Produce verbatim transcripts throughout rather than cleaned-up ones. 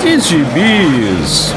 de Gibis.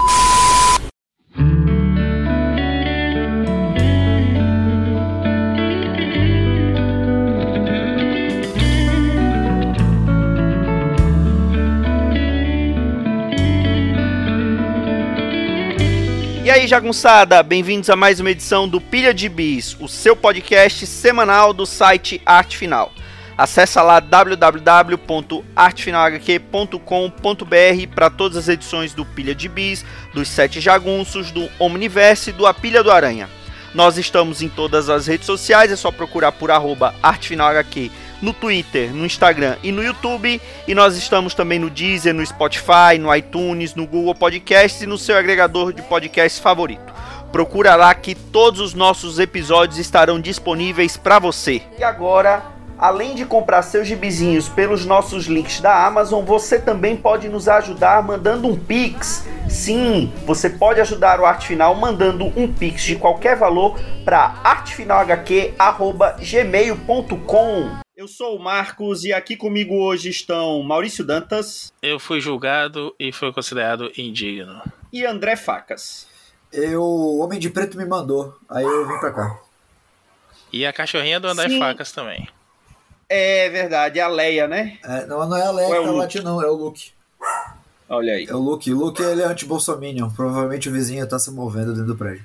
E aí, jagunçada, bem-vindos a mais uma edição do Pilha de Bis, o seu podcast semanal do site Arte Final. Acesse lá w w w ponto arte final h q ponto com ponto b r para todas as edições do Pilha de Bis, dos Sete Jagunços, do Omniverse e do A Pilha do Aranha. Nós estamos em todas as redes sociais, é só procurar por arroba artefinalhq no Twitter, no Instagram e no YouTube. E nós estamos também no Deezer, no Spotify, no iTunes, no Google Podcasts e no seu agregador de podcasts favorito. Procura lá que todos os nossos episódios estarão disponíveis para você. E agora, além de comprar seus gibizinhos pelos nossos links da Amazon, você também pode nos ajudar mandando um Pix. Sim, você pode ajudar o Arte Final mandando um Pix de qualquer valor para artefinalhq arroba gmail ponto com. Eu sou o Marcos e aqui comigo hoje estão Maurício Dantas. Eu fui julgado e fui considerado indigno. E André Facas. Eu, o Homem de Preto me mandou, aí eu vim pra cá. E a cachorrinha do André Sim. Facas também. É verdade, é a Leia, né? É, não, não é a Leia Ou é que tá o latindo, não, é o Luke. Olha aí. É o Luke. O Luke, ele é anti-bolsominion. Provavelmente o vizinho tá se movendo dentro do prédio.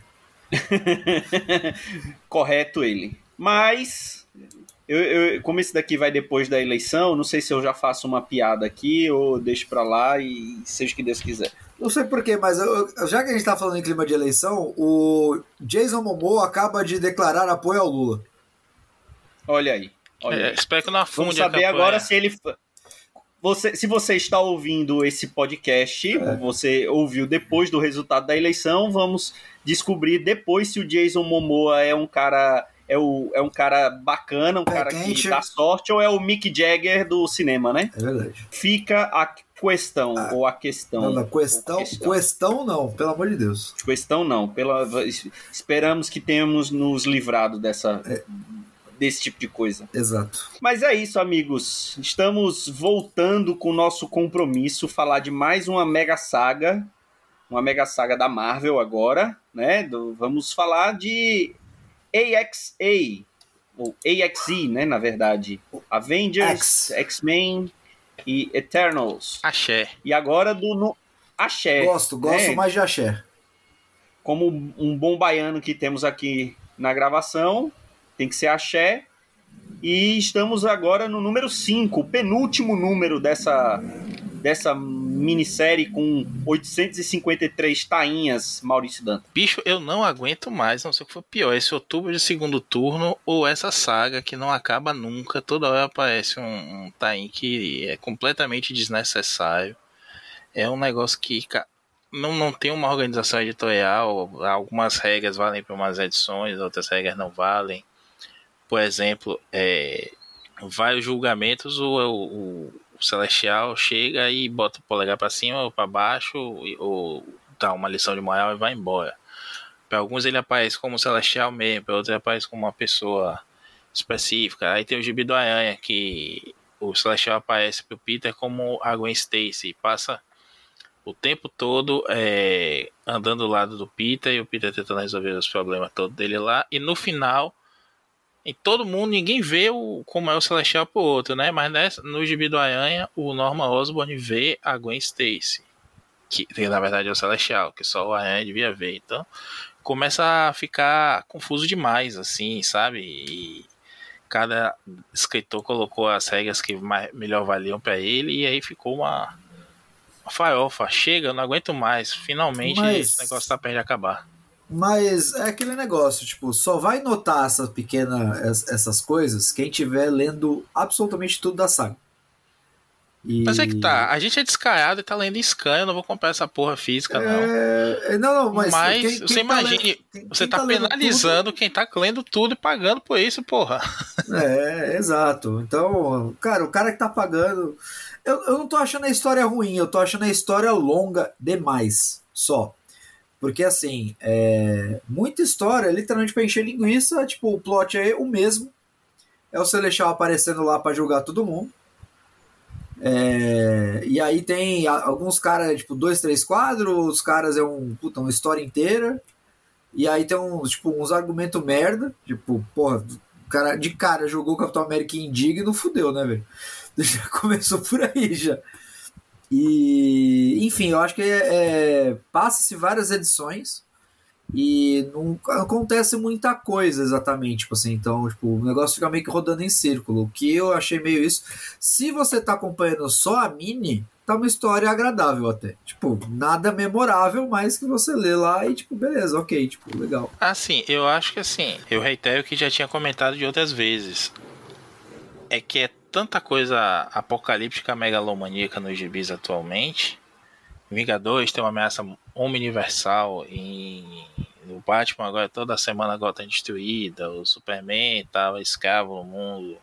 Correto ele. Mas, eu, eu, como esse daqui vai depois da eleição, não sei se eu já faço uma piada aqui ou deixo pra lá e seja o que Deus quiser. Não sei porquê, mas eu, eu, já que a gente tá falando em clima de eleição, o Jason Momoa acaba de declarar apoio ao Lula. Olha aí. Olha É, aí. espero que não afunde Vamos saber a agora se ele... Você, se você está ouvindo esse podcast, É. você ouviu depois do resultado da eleição, vamos descobrir depois se o Jason Momoa é um cara, é o, é um cara bacana, um Pé cara quente. que dá sorte, ou é o Mick Jagger do cinema, né? É verdade. Fica a questão, Ah, ou a questão. Não, não, questão, ou questão. questão não, pelo amor de Deus. Questão não. Pela, esperamos que tenhamos nos livrado dessa... É. desse tipo de coisa. Exato. Mas é isso, amigos. Estamos voltando com o nosso compromisso, falar de mais uma mega saga, uma mega saga da Marvel agora, né? Do, vamos falar de A X A, ou A X E, né, na verdade. Avengers, X. X-Men e Eternals. Axé. E agora do no, Axé. Gosto, gosto né? mais de axé. Como um bom baiano que temos aqui na gravação, tem que ser axé. E estamos agora no número cinco, o penúltimo número dessa, dessa minissérie com oitocentos e cinquenta e três tainhas, Maurício Dantas. Bicho, eu não aguento mais, não sei o que foi pior, esse outubro de segundo turno ou essa saga que não acaba nunca, toda hora aparece um, um tain que é completamente desnecessário. É um negócio que não, não tem uma organização editorial, algumas regras valem para umas edições, outras regras não valem. Por exemplo, é, vários julgamentos, o, o, o Celestial chega e bota o polegar para cima ou para baixo, ou dá uma lição de moral e vai embora. Para alguns ele aparece como Celestial mesmo, para outros ele aparece como uma pessoa específica. Aí tem o Gibi do Aranha, que o Celestial aparece para o Peter como a Gwen Stacy, passa o tempo todo é, andando do lado do Peter, e o Peter tentando resolver os problemas todos dele lá, e no final... E todo mundo, ninguém vê o, como é o Celestial pro outro, né? Mas nessa, no Gibi do Aranha, o Norman Osborn vê a Gwen Stacy. Que, que na verdade é o Celestial, que só o Aranha devia ver. Então, começa a ficar confuso demais, assim, sabe? E cada escritor colocou as regras que mais, melhor valiam pra ele, e aí ficou uma, uma farofa. Chega, eu não aguento mais. Finalmente, Mas... esse negócio tá perto de acabar. Mas é aquele negócio, tipo, só vai notar essa pequena, essas coisas quem tiver lendo absolutamente tudo da saga. E... Mas é que tá, a gente é descarado e tá lendo em scan, eu não vou comprar essa porra física, não. É... Não, não, mas... Mas quem, você quem imagine, tá lendo, quem, você quem tá, tá penalizando quem tá lendo tudo e pagando por isso, porra. É, exato. Então, cara, o cara que tá pagando... Eu, eu não tô achando a história ruim, eu tô achando a história longa demais, só. Porque, assim, é... muita história, literalmente pra encher linguiça, tipo, o plot é o mesmo. É o Celestial aparecendo lá pra julgar todo mundo. É, e aí tem alguns caras, tipo, dois, três quadros, os caras é um, puta, uma história inteira. E aí tem uns, tipo, uns argumentos merda. Tipo, porra, o cara de cara jogou o Capitão América indigno, fudeu, né, velho? Já começou por aí já. E, enfim, eu acho que é, é, passa-se várias edições e não acontece muita coisa exatamente, tipo assim, então tipo, o negócio fica meio que rodando em círculo, o que eu achei meio isso. Se você tá acompanhando só a mini, tá uma história agradável até, tipo, nada memorável, mas que você lê lá e tipo, beleza, ok, tipo, legal. Assim, eu acho que assim, eu reitero o que já tinha comentado de outras vezes, é que é tanta coisa apocalíptica megalomaníaca nos gibis atualmente. Vingadores tem uma ameaça universal em o Batman agora toda semana Gotham destruída, o Superman estava escravo no mundo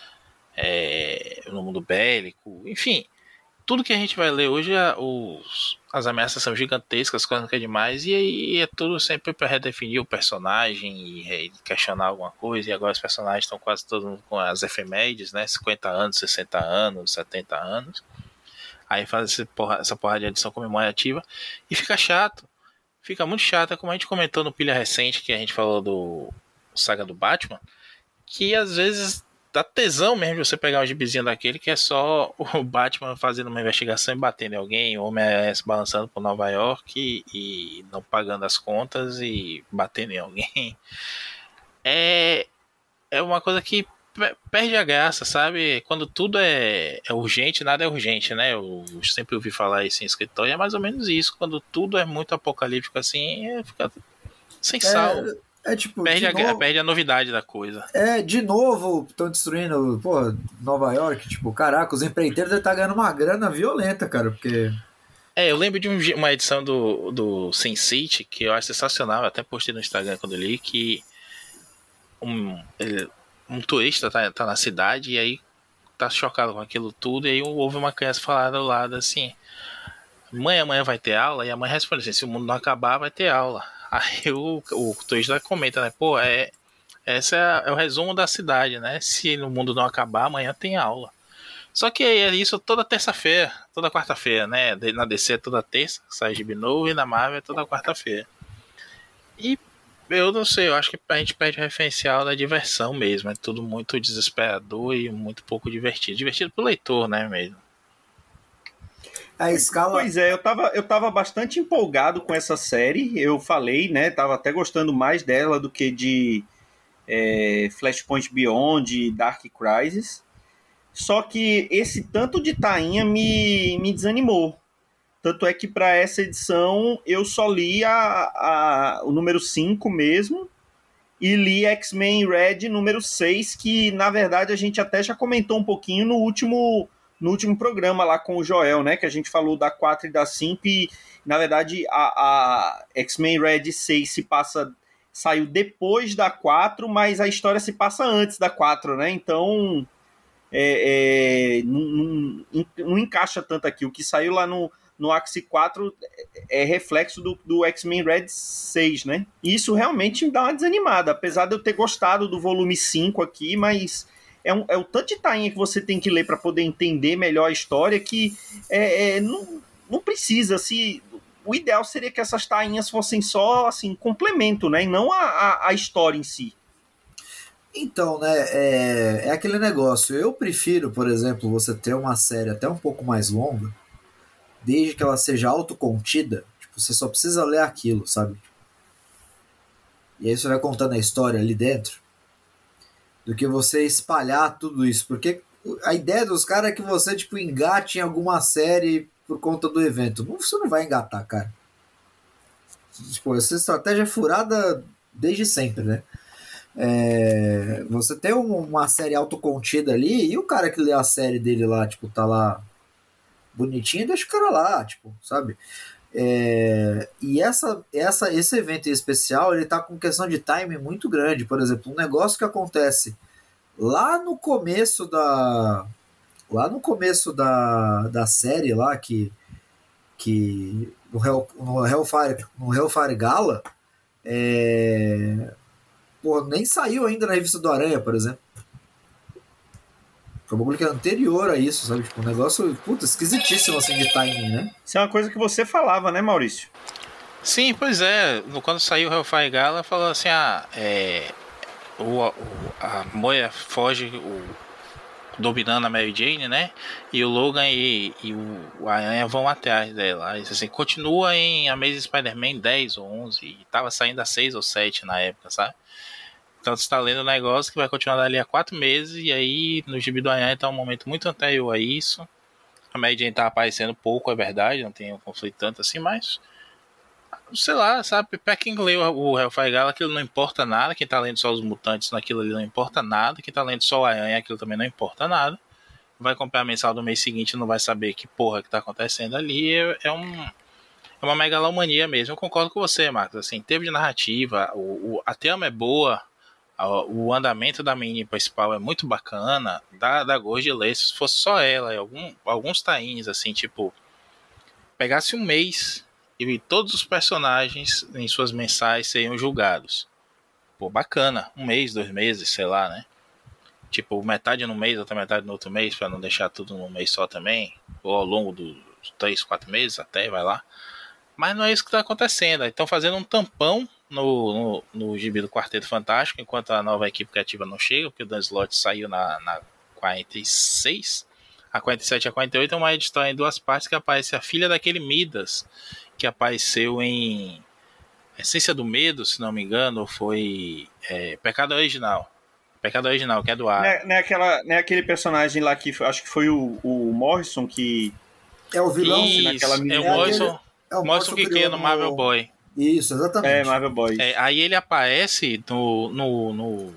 é, no mundo bélico, enfim, tudo que a gente vai ler hoje é, os, as ameaças são gigantescas, coisa que é demais, e aí é tudo sempre para redefinir o personagem e, e questionar alguma coisa, e agora os personagens estão quase todos com as efemérides, né, cinquenta anos, sessenta anos, setenta anos. Aí faz essa porra, essa porra de edição comemorativa e fica chato. Fica muito chato, como a gente comentou no Pilha recente, que a gente falou do Saga do Batman, que às vezes dá tesão mesmo de você pegar um gibizinho daquele que é só o Batman fazendo uma investigação e batendo em alguém, o Homem-Aranha se balançando por Nova York e, e não pagando as contas e batendo em alguém. É, é uma coisa que perde a graça, sabe? Quando tudo é, é urgente, nada é urgente, né? Eu sempre ouvi falar isso em escritório, e é mais ou menos isso. Quando tudo é muito apocalíptico assim, é, fica sem sal. É, é tipo, perde, a, novo, perde a novidade da coisa. É, de novo, estão destruindo, pô, Nova York, tipo, caraca, os empreiteiros devem estar ganhando uma grana violenta, cara, porque... É, eu lembro de um, uma edição do, do Sin City, que eu acho sensacional, eu até postei no Instagram quando li, que um... Ele, um turista tá, tá na cidade e aí tá chocado com aquilo tudo, e aí ouve uma criança falar do lado assim: mãe, amanhã vai ter aula? E a mãe responde assim: se o mundo não acabar, vai ter aula. Aí o, o turista comenta, né? Pô, é, esse é, é o resumo da cidade, né? Se o mundo não acabar, amanhã tem aula. Só que é isso toda terça-feira, toda quarta-feira, né? Na D C é toda terça, sai gibi novo, e na Marvel é toda quarta-feira. E eu não sei, eu acho que a gente perde o referencial da diversão mesmo. É tudo muito desesperador e muito pouco divertido. Divertido pro leitor, né, mesmo. A escala... Pois é, eu tava, eu tava bastante empolgado com essa série. Eu falei, né, tava até gostando mais dela do que de é, Flashpoint Beyond e Dark Crisis. Só que esse tanto de tainha me, me desanimou. Tanto é que para essa edição eu só li a, a, o número cinco mesmo e li X-Men Red número seis, que na verdade a gente até já comentou um pouquinho no último, no último programa lá com o Joel, né? Que a gente falou da quatro e da cinco e na verdade a, a X-Men Red seis se passa, saiu depois da quatro, mas a história se passa antes da quatro, né? Então é, é, não, não, não encaixa tanto aqui. O que saiu lá no no Axie quatro é reflexo do, do X-Men Red seis, né? E isso realmente me dá uma desanimada, apesar de eu ter gostado do volume cinco aqui, mas é, um, é o tanto de tainha que você tem que ler para poder entender melhor a história que é, é, não, não precisa. Se, o ideal seria que essas tainhas fossem só assim, complemento, né? E não a, a, a história em si. Então, né, é, é aquele negócio. Eu prefiro, por exemplo, você ter uma série até um pouco mais longa, desde que ela seja autocontida, tipo, você só precisa ler aquilo, sabe? E aí você vai contando a história ali dentro, do que você espalhar tudo isso, porque a ideia dos caras é que você, tipo, engate em alguma série por conta do evento. Não, você não vai engatar, cara. Tipo, essa estratégia é furada desde sempre, né? É, você tem uma série autocontida ali, e o cara que lê a série dele lá, tipo, tá lá bonitinho, deixa o cara lá, tipo, sabe? É, e essa, essa, esse evento em especial, ele tá com questão de timing muito grande. Por exemplo, um negócio que acontece lá no começo da lá no começo da, da série lá, que, que no, Hell, no, Hellfire, no Hellfire Gala, é, pô, nem saiu ainda na revista do Aranha, por exemplo. É um bagulho que é anterior a isso, sabe? Tipo, um negócio, puta, esquisitíssimo assim de timing, né? Isso é uma coisa que você falava, né, Maurício? Sim, pois é. Quando saiu o Hellfire Gala, falou assim: ah, é. O, o, a Moira foge o, dominando a Mary Jane, né? E o Logan e, e o Aranha vão atrás dela. Aí, assim, continua em Amazing Spider-Man dez ou onze. E tava saindo a seis ou sete na época, sabe? Então você tá lendo um negócio que vai continuar dali a quatro meses. E aí no Gibi do Aranha tá um momento muito anterior a isso. A Mary Jane tá aparecendo pouco, é verdade. Não tem um conflito tanto assim, mas... sei lá, sabe, pra quem lê o Hellfire Gala, aquilo não importa nada. Quem tá lendo só os mutantes naquilo ali não importa nada. Quem tá lendo só o Aranha, aquilo também não importa nada. Vai comprar a mensal do mês seguinte e não vai saber que porra que tá acontecendo ali. É, é, um, é uma megalomania mesmo. Eu concordo com você, Marcos. Assim, em termos de narrativa, o, o, a trama é boa, a, o andamento da menina principal é muito bacana. Dá, dá gosto de ler. Se fosse só ela, algum, alguns tains, assim, tipo, pegasse um mês e todos os personagens em suas mensais seriam julgados. Pô, bacana. Um mês, dois meses, sei lá, né? Tipo, metade num mês, outra metade no outro mês, pra não deixar tudo num mês só também. Ou ao longo dos três, quatro meses até, vai lá. Mas não é isso que tá acontecendo. Estão fazendo um tampão no, no, no gibi do Quarteto Fantástico, enquanto a nova equipe criativa não chega, porque o Dan Slott saiu na, na quarenta e seis. A quarenta e sete e a quarenta e oito é uma edição em duas partes que aparece a filha daquele Midas, que apareceu em Essência do Medo, se não me engano, foi é, Pecado Original. Pecado Original, que é do ar. Não é, não é, aquela, não é aquele personagem lá que foi, acho que foi o, o Morrison que... É o vilão. Isso, naquela é o Morrison, aquele, é o Morrison que cria no Marvel Boy. Isso, exatamente. É, Marvel Boy. É, aí ele aparece no, no, no,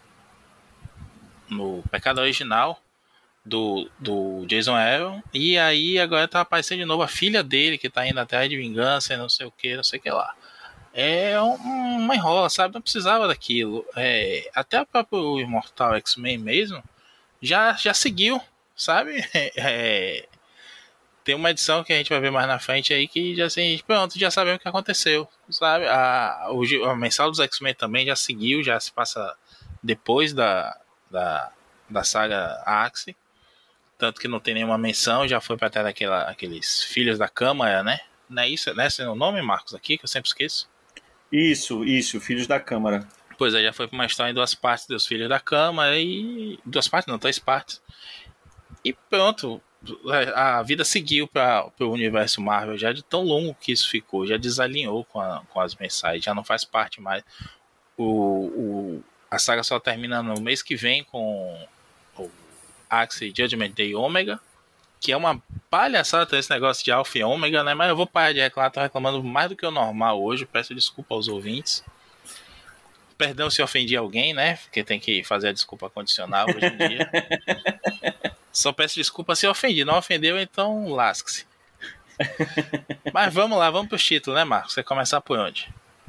no Pecado Original do, do Jason Aaron, e aí agora tá aparecendo de novo a filha dele, que tá indo atrás de vingança e não sei o que, não sei o que lá. É um, uma enrola, sabe? Não precisava daquilo. É, até o próprio Immortal X-Men mesmo já, já seguiu, sabe? É, tem uma edição que a gente vai ver mais na frente aí que já assim, pronto, já sabemos o que aconteceu, sabe? A, o, a mensal dos X-Men também já seguiu, já se passa depois da, da, da saga Axe. Tanto que não tem nenhuma menção, já foi pra trás daquela, aqueles Filhos da Câmara, né? Não é isso? Não é esse o nome, Marcos, aqui, que eu sempre esqueço? Isso, isso, Filhos da Câmara. Pois é, já foi pra uma história em duas partes dos Filhos da Câmara e... duas partes, não, três partes. E pronto, a vida seguiu para o universo Marvel já de tão longo que isso ficou, já desalinhou com, a, com as mensagens, já não faz parte mais. O, o, a saga só termina no mês que vem com o Axe Judgment Day Omega, que é uma palhaçada esse negócio de Alpha e Omega, né? Mas eu vou parar de reclamar, tô reclamando mais do que o normal hoje, peço desculpa aos ouvintes. Perdão se ofendi alguém, né? Porque tem que fazer a desculpa condicional hoje em dia. Só peço desculpa se ofendi. Não ofendeu, então lasque-se. Mas vamos lá, vamos pro título, né, Marcos? Você começar por onde?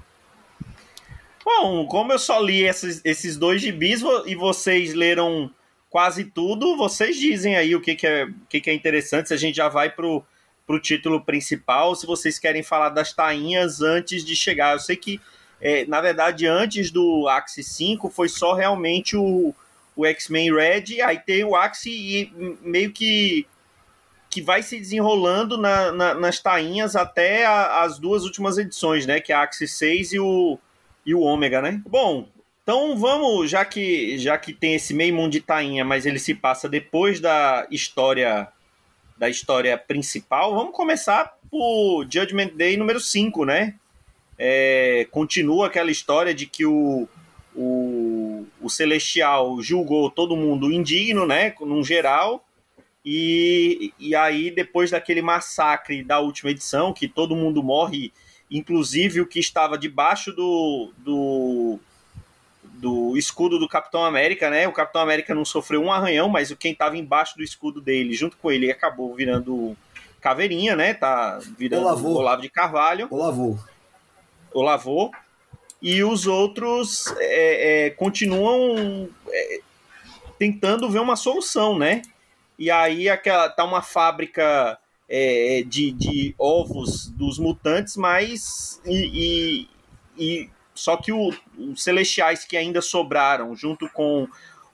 Bom, como eu só li esses, esses dois gibis e vocês leram quase tudo, vocês dizem aí o que, que, é, o que, que é interessante, se a gente já vai pro, pro título principal, se vocês querem falar das tainhas antes de chegar. Eu sei que, é, na verdade, antes do Axe cinco foi só realmente o, o X-Men Red, aí tem o Axe e meio que, que vai se desenrolando na, na, nas tainhas até a, as duas últimas edições, né? Que é a Axe seis e o, e o Ômega, né? Bom, então vamos, já que, já que tem esse meio mundo de tainha, mas ele se passa depois da história da história principal, vamos começar por Judgment Day número cinco, né? É, continua aquela história de que o, o, o Celestial julgou todo mundo indigno, né? Num geral, e, e aí depois daquele massacre da última edição, que todo mundo morre, inclusive o que estava debaixo do... do do escudo do Capitão América, né? O Capitão América não sofreu um arranhão, mas quem estava embaixo do escudo dele, junto com ele, acabou virando caveirinha, né? Tá virando o Olavo de Carvalho. Olavo. Olavo. E os outros é, é, continuam é, tentando ver uma solução, né? E aí aquela, tá uma fábrica é, de, de ovos dos mutantes, mas... e, e, e só que o, os Celestiais que ainda sobraram, junto com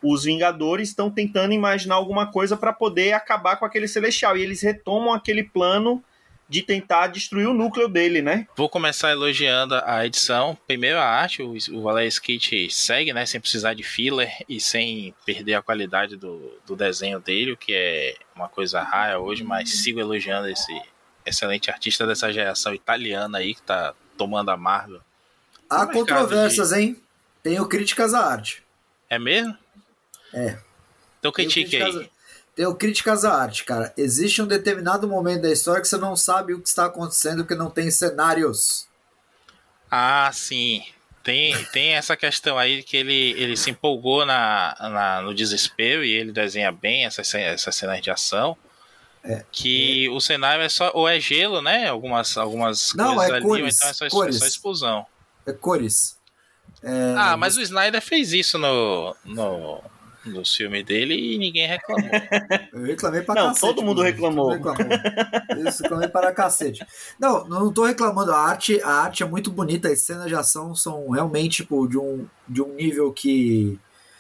os Vingadores estão tentando imaginar alguma coisa para poder acabar com aquele Celestial. E eles retomam aquele plano de tentar destruir o núcleo dele, né? Vou começar elogiando a edição. Primeiro a arte, o, o Valerio Skit segue, né? Sem precisar de filler e sem perder a qualidade do, do desenho dele, o que é uma coisa rara hoje, mas sigo elogiando esse excelente artista dessa geração italiana aí que tá tomando a Marvel. Há controvérsias, de... hein? Tenho críticas à arte. É mesmo? É. Então critique aí. Tenho críticas à arte, cara. Existe um determinado momento da história que você não sabe o que está acontecendo porque não tem cenários. Ah, sim. Tem, tem essa questão aí que ele, ele se empolgou na, na, no desespero e ele desenha bem essas, essas cenas de ação. É, que é. O cenário é só, ou é gelo, né? Algumas, algumas não, coisas é ali, cores, ou então é só, cores. é só explosão. É cores. É, ah, mas o Snyder fez isso no, no, no filme dele e ninguém reclamou. Eu reclamei pra não, cacete. Todo mundo reclamou. reclamou. Eu reclamei para cacete. Não, não tô reclamando. A arte, a arte é muito bonita. As cenas de ação são realmente tipo, de, um, de um nível que.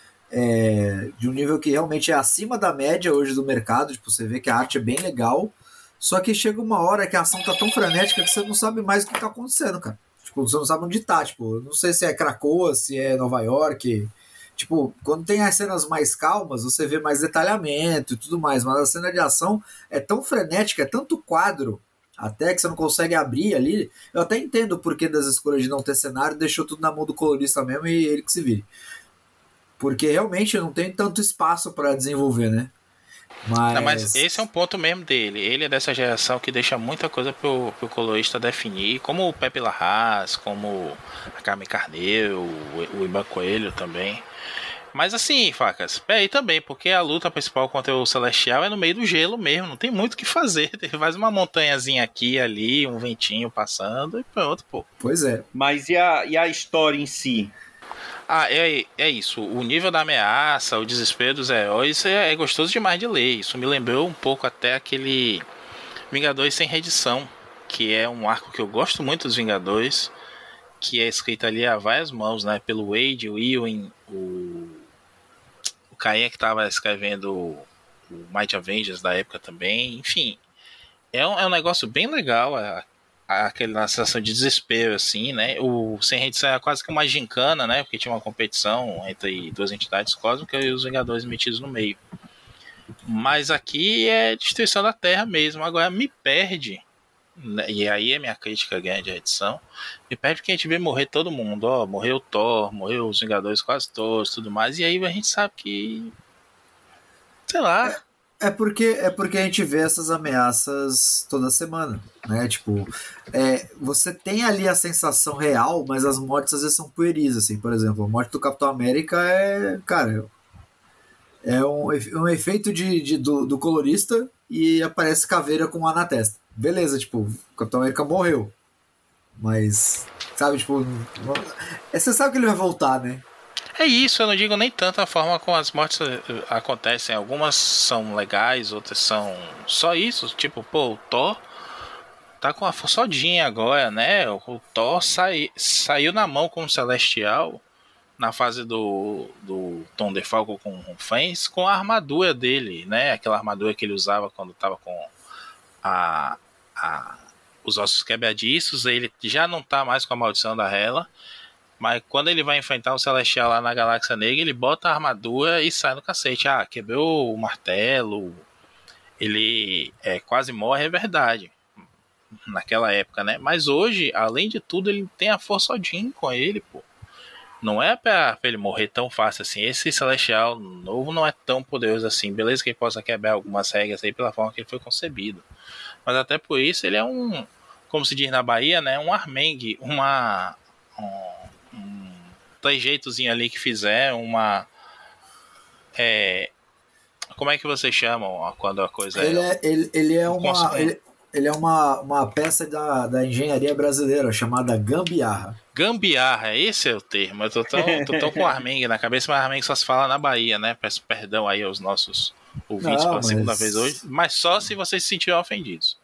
É, de um nível que realmente é acima da média hoje do mercado. Tipo, você vê que a arte é bem legal. Só que chega uma hora que a ação tá tão frenética que você não sabe mais o que tá acontecendo, cara. Tipo, você não sabe onde tá. Tipo, não sei se é Cracoa, se é Nova York. Tipo, quando tem as cenas mais calmas, você vê mais detalhamento e tudo mais, mas a cena de ação é tão frenética, é tanto quadro, até que você não consegue abrir ali. Eu até entendo o porquê das escolhas de não ter cenário, deixou tudo na mão do colorista mesmo e ele que se vire. Porque realmente não tem tanto espaço para desenvolver, né? Mas... Não, mas esse é um ponto mesmo dele. Ele é dessa geração que deixa muita coisa pro, pro colorista definir, como o Pepe Larraz, como a Carmen Carneiro, o, o Iban Coelho também. Mas assim, Facas, peraí também, porque a luta principal contra o Celestial é no meio do gelo mesmo, não tem muito o que fazer. Faz uma montanhazinha aqui, ali, um ventinho passando e pronto, pô. Pois é. Mas e a, e a história em si? Ah, é, é isso. O nível da ameaça, o desespero dos heróis é, é gostoso demais de ler. Isso me lembrou um pouco até aquele Vingadores Sem Redição, que é um arco que eu gosto muito dos Vingadores, que é escrito ali a várias mãos, né? Pelo Wade, o Ewing, o, o Cainha que estava escrevendo o, o Mighty Avengers da época também. Enfim, é um, é um negócio bem legal, a, aquela sensação de desespero, assim, né? O Sem Redição era quase que uma gincana, né? Porque tinha uma competição entre duas entidades cósmicas e os Vingadores metidos no meio. Mas aqui é destruição da Terra mesmo. Agora me perde, e aí é minha crítica grande à edição, me perde que a gente vê morrer todo mundo. Ó, morreu o Thor, morreu os Vingadores quase todos, tudo mais. E aí a gente sabe que, sei lá... É. É porque, é porque a gente vê essas ameaças toda semana, né? Tipo, é, você tem ali a sensação real, mas as mortes às vezes são pueris, assim. Por exemplo, a morte do Capitão América é, cara, é um, um efeito de, de, do, do colorista e aparece caveira com A na testa. Beleza, tipo, o Capitão América morreu. Mas, sabe, tipo, você sabe que ele vai voltar, né? É isso, eu não digo nem tanto a forma como as mortes acontecem. Algumas são legais, outras são só isso. Tipo, pô, o Thor tá com a forçadinha agora, né? O Thor sai, saiu na mão com o Celestial na fase do, do Tom DeFalco com o Fens, com a armadura dele, né? Aquela armadura que ele usava quando tava com a, a, os ossos quebradiços. Ele já não tá mais com a maldição da Hela. Mas quando ele vai enfrentar o Celestial lá na Galáxia Negra, ele bota a armadura e sai no cacete. Ah, quebrou o martelo, ele é, quase morre, é verdade. Naquela época, né? Mas hoje, além de tudo, ele tem a Força Odin com ele, pô. Não é pra, pra ele morrer tão fácil assim. Esse Celestial novo não é tão poderoso assim. Beleza que ele possa quebrar algumas regras aí pela forma que ele foi concebido. Mas até por isso, ele é um, como se diz na Bahia, né? Um armengue, uma... Um, um trejeitozinho ali que fizer, uma é, como é que vocês chamam quando a coisa ele é, é ele, ele é um uma ele, ele é uma, uma peça da, da engenharia brasileira chamada gambiarra. Gambiarra, esse é o termo. Eu tô tão, tô tão com armengue na cabeça, mas armengue só se fala na Bahia, né? Peço perdão aí aos nossos ouvintes Não, pela mas... segunda vez hoje, mas só se vocês se sentiram ofendidos.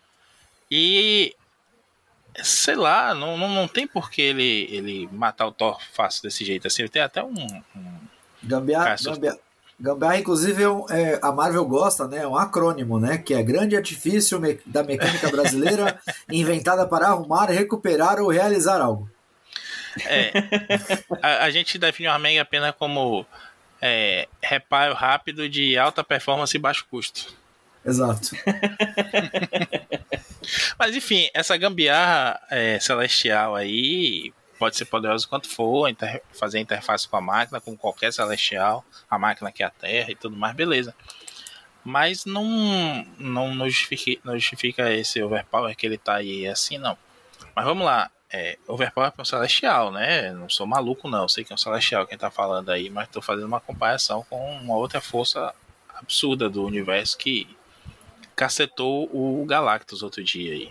E sei lá, não, não, não tem por que ele, ele matar o Thor fácil desse jeito assim. Ele tem até um, um, Gambiarra, gambiarra, gambiarra inclusive, é, um, é a Marvel gosta, né? É um acrônimo, né? Que é grande artifício me, da mecânica brasileira inventada para arrumar, recuperar ou realizar algo. É, a, a gente define o Armega apenas como é, reparo rápido de alta performance e baixo custo. Exato. Mas enfim, essa gambiarra é, celestial aí pode ser poderosa quanto for, inter- fazer interface com a máquina, com qualquer celestial, a máquina que é a Terra e tudo mais, beleza. Mas não, não, não, justifica, não justifica esse overpower que ele tá aí assim, não. Mas vamos lá, é, overpower é um celestial, né? Não sou maluco, não. Sei que é um celestial quem tá falando aí, mas tô fazendo uma comparação com uma outra força absurda do universo que cacetou o Galactus outro dia aí.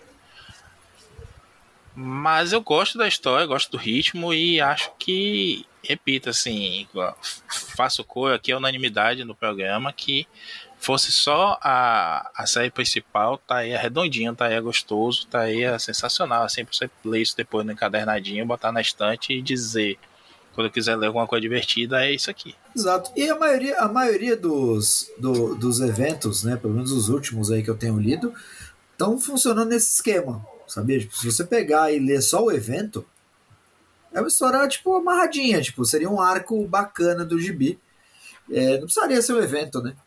Mas eu gosto da história, gosto do ritmo e acho que, repito, assim, faço cor aqui a unanimidade no programa, que fosse só a, a série principal, tá aí redondinho, tá aí gostoso, tá aí sensacional, assim, pra você ler isso depois no encadernadinho, botar na estante e dizer, quando eu quiser ler alguma coisa divertida, é isso aqui. Exato. E a maioria, a maioria dos, do, dos eventos, né, pelo menos os últimos aí que eu tenho lido, estão funcionando nesse esquema, sabia? Tipo, se você pegar e ler só o evento, é uma história, tipo, amarradinha, tipo, seria um arco bacana do gibi. É, não precisaria ser um evento, né?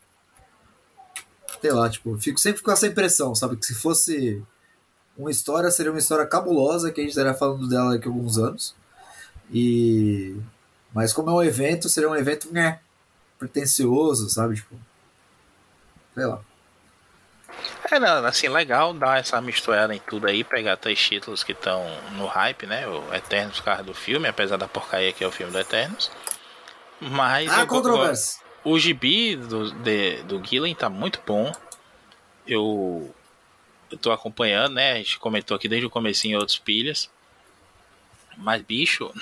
Sei lá, tipo, fico sempre com essa impressão, sabe? Que se fosse uma história, seria uma história cabulosa, que a gente estaria falando dela daqui a alguns anos. E... Mas como é um evento, seria um evento, né, pretencioso, sabe? Tipo, sei lá. É, não, assim, legal dar essa misturada em tudo aí, pegar três títulos que estão no hype, né? O Eternos, carro do filme, apesar da porcaria que é o filme do Eternos. Mas ah, controvérsia. O gibi do, de, do Gillen tá muito bom. Eu, eu tô acompanhando, né? A gente comentou aqui desde o comecinho outros pilhas. Mas, bicho,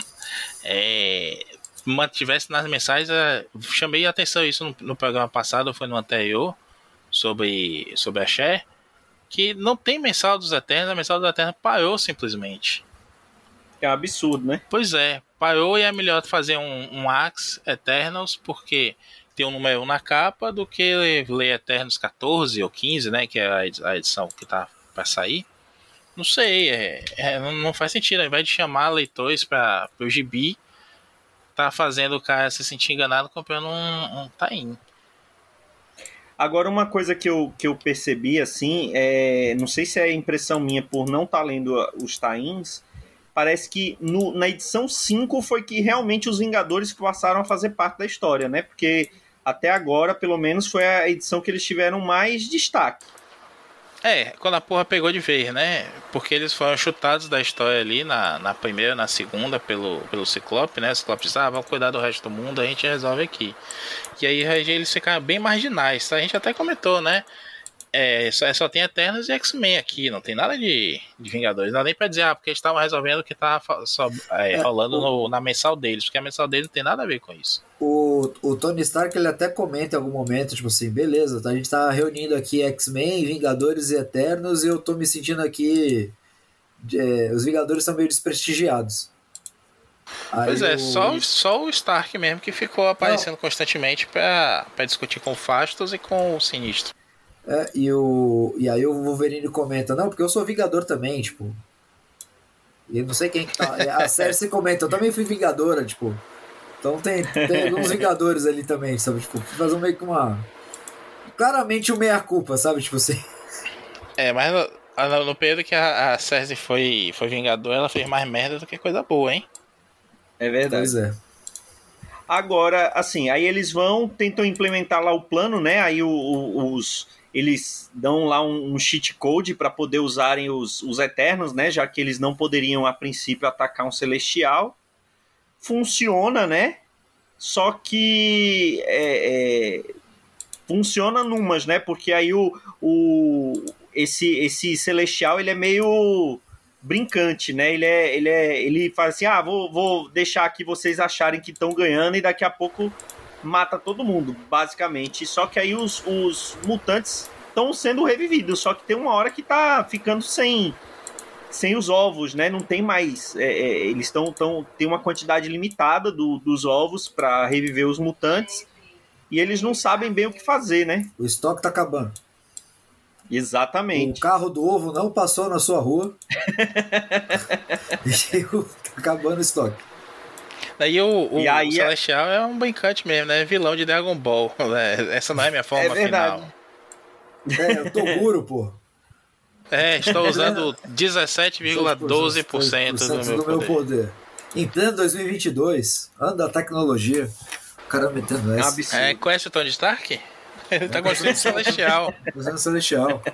é, mantivesse nas mensagens, chamei a atenção isso no, no programa passado, ou foi no anterior, sobre, sobre a Cher, que não tem mensal dos Eternos, a mensal dos Eternos parou simplesmente. É um absurdo, né? Pois é, parou e é melhor fazer um, um Axe Eternals, porque tem um número um na capa, do que ler Eternos catorze ou quinze, né, que é a edição que tá pra sair. Não sei, é, é, não faz sentido. Ao invés de chamar leitores para o gibi, tá fazendo o cara se sentir enganado comprando um, um tie-in. Agora, uma coisa que eu, que eu percebi, assim, é, não sei se é impressão minha por não estar tá lendo os tie-ins, parece que no, na edição cinco foi que realmente os Vingadores passaram a fazer parte da história, né? Porque até agora, pelo menos, foi a edição que eles tiveram mais destaque. É, quando a porra pegou de vez, né? Porque eles foram chutados da história ali na, na primeira, na segunda, pelo, pelo Ciclope, né? O Ciclope disse, ah, vamos cuidar do resto do mundo, a gente resolve aqui. E aí eles ficaram bem marginais, a gente até comentou, né? É, só, só tem Eternos e X-Men aqui, não tem nada de, de Vingadores. Não dá nem pra dizer, ah, porque eles estavam resolvendo o que tava só, é, rolando no, na mensal deles, porque a mensal deles não tem nada a ver com isso. O, o Tony Stark, ele até comenta em algum momento, tipo assim, beleza, a gente tá reunindo aqui X-Men, Vingadores e Eternos, e eu tô me sentindo aqui, é, os Vingadores são meio desprestigiados. Aí pois é, o... só, só o Stark mesmo que ficou aparecendo não. constantemente pra, pra discutir com o Fastos e com o Sinistro. É, e, o, e aí o Wolverine comenta, não, porque eu sou Vingador também, tipo. E eu não sei quem que tá. A Cersei comenta, eu também fui Vingadora, tipo. Então tem, tem alguns Vingadores ali também, sabe? Tipo, fazer meio que uma. Claramente o um meia-culpa, sabe? Tipo assim. É, mas no, no período que a, a Cersei foi, foi Vingadora, ela fez mais merda do que coisa boa, hein? É verdade. Pois é. Agora, assim, aí eles vão, tentam implementar lá o plano, né? Aí o, o, os. Eles dão lá um, um cheat code para poder usarem os, os Eternos, né? Já que eles não poderiam, a princípio, atacar um Celestial. Funciona, né? Só que é, é, funciona numas, né? Porque aí o, o, esse, esse Celestial, ele é meio brincante, né? Ele, é, ele, é, ele faz assim, ah, vou, vou deixar aqui vocês acharem que estão ganhando e daqui a pouco mata todo mundo, basicamente. Só que aí os, os mutantes estão sendo revividos, só que tem uma hora que tá ficando sem, sem os ovos, né? Não tem mais. É, é, eles estão tão, tem uma quantidade limitada do, dos ovos para reviver os mutantes e eles não sabem bem o que fazer, né? O estoque tá acabando. Exatamente. O carro do ovo não passou na sua rua. E tá acabando o estoque. Daí o, o, E aí o Celestial é... é um brincante mesmo, né? Vilão de Dragon Ball. Né? Essa não é minha forma É verdade. final. É, eu tô puro, pô. É, estou usando dezessete vírgula doze por cento do, meu, do meu poder. poder. Em pleno dois mil e vinte e dois, ano da tecnologia, o cara metendo essa. É, conhece o Tony Stark? Ele tá construindo o Celestial. Usando Celestial.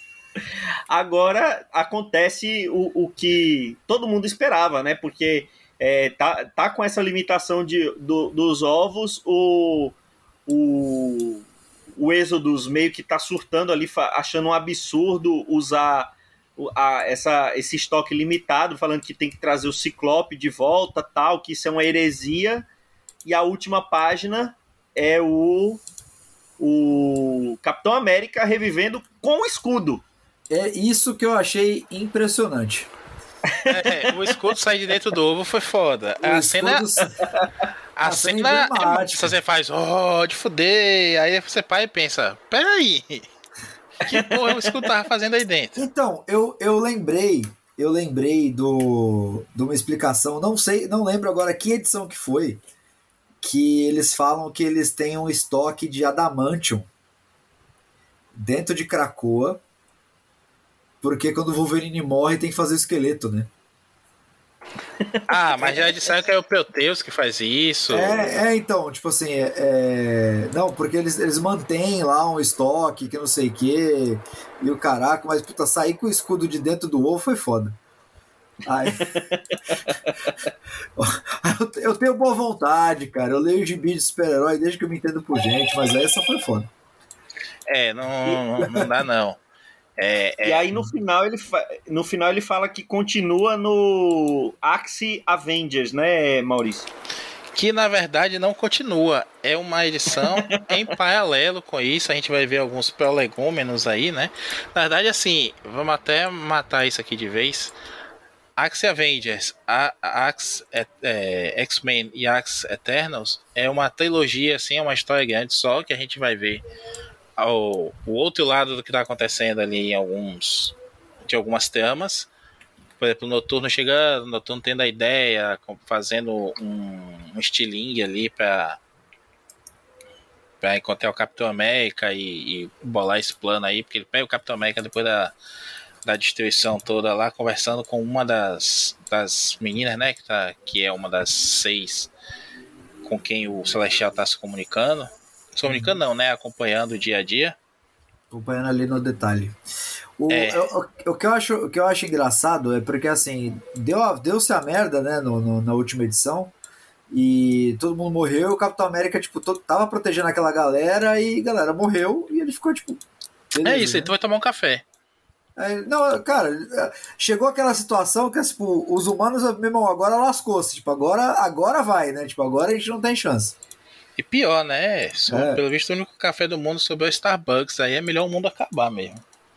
Agora acontece o, o que todo mundo esperava, né? Porque é, tá, tá com essa limitação de, do, dos ovos, o, o, o Exodus meio que tá surtando ali, achando um absurdo usar a, essa, esse estoque limitado, falando que tem que trazer o Ciclope de volta, tal, que isso é uma heresia. E a última página é o, o Capitão América revivendo com o escudo. É isso que eu achei impressionante. É, o escudo sair de dentro do ovo foi foda. O A escudo... cena. A, a cena cena é, você faz, oh, de fuder. Aí você para e pensa, peraí. Que porra o escudo tava fazendo aí dentro? Então, eu, eu lembrei, eu lembrei do, de uma explicação, não sei, não lembro agora que edição que foi, que eles falam que eles têm um estoque de adamantium dentro de Krakoa, porque quando o Wolverine morre tem que fazer o esqueleto, né? Ah, mas já disseram que é o Proteus que faz isso. É, é então, tipo assim, é, é, não, porque eles, eles mantêm lá um estoque que não sei o que, e o caraca, mas puta, sair com o escudo de dentro do ovo foi foda. Aí... eu tenho boa vontade, cara, eu leio gibi de super-herói desde que eu me entendo por gente, mas essa foi foda. É, não, não, não dá não. É, é... E aí no final, ele no final ele fala que continua no Axe Avengers, né, Maurício? Que na verdade não continua. É uma edição em paralelo com isso. A gente vai ver alguns prolegômenos aí, né? Na verdade, assim, vamos até matar isso aqui de vez. Axe Avengers, a, a Axe é, é, X-Men e Axe Eternals é uma trilogia, assim, é uma história grande só que a gente vai ver ao, o outro lado do que está acontecendo ali em alguns de algumas tramas. Por exemplo, o Noturno chegando, o Noturno tendo a ideia, fazendo um, um estilingue ali para para encontrar o Capitão América e, e bolar esse plano aí, porque ele pega o Capitão América depois da, da destruição toda lá, conversando com uma das, das meninas, né, que, tá, que é uma das seis com quem o Celestial está se comunicando. Se comunicando não, né, acompanhando o dia a dia. Acompanhando ali no detalhe. O, É. o, o, que eu acho, o que eu acho engraçado é porque, assim, deu, deu-se a merda, né, no, no, na última edição, e todo mundo morreu, e o Capitão América, tipo, todo, tava protegendo aquela galera, e a galera morreu, e ele ficou, tipo... Beleza, é isso, né? então vai tomar um café. É, não, cara, chegou aquela situação que, tipo, os humanos, meu irmão, agora lascou-se, tipo, agora, agora vai, né, tipo, agora a gente não tem chance. E pior, né, só, É. pelo visto o único café do mundo sobre o Starbucks, aí é melhor o mundo acabar mesmo.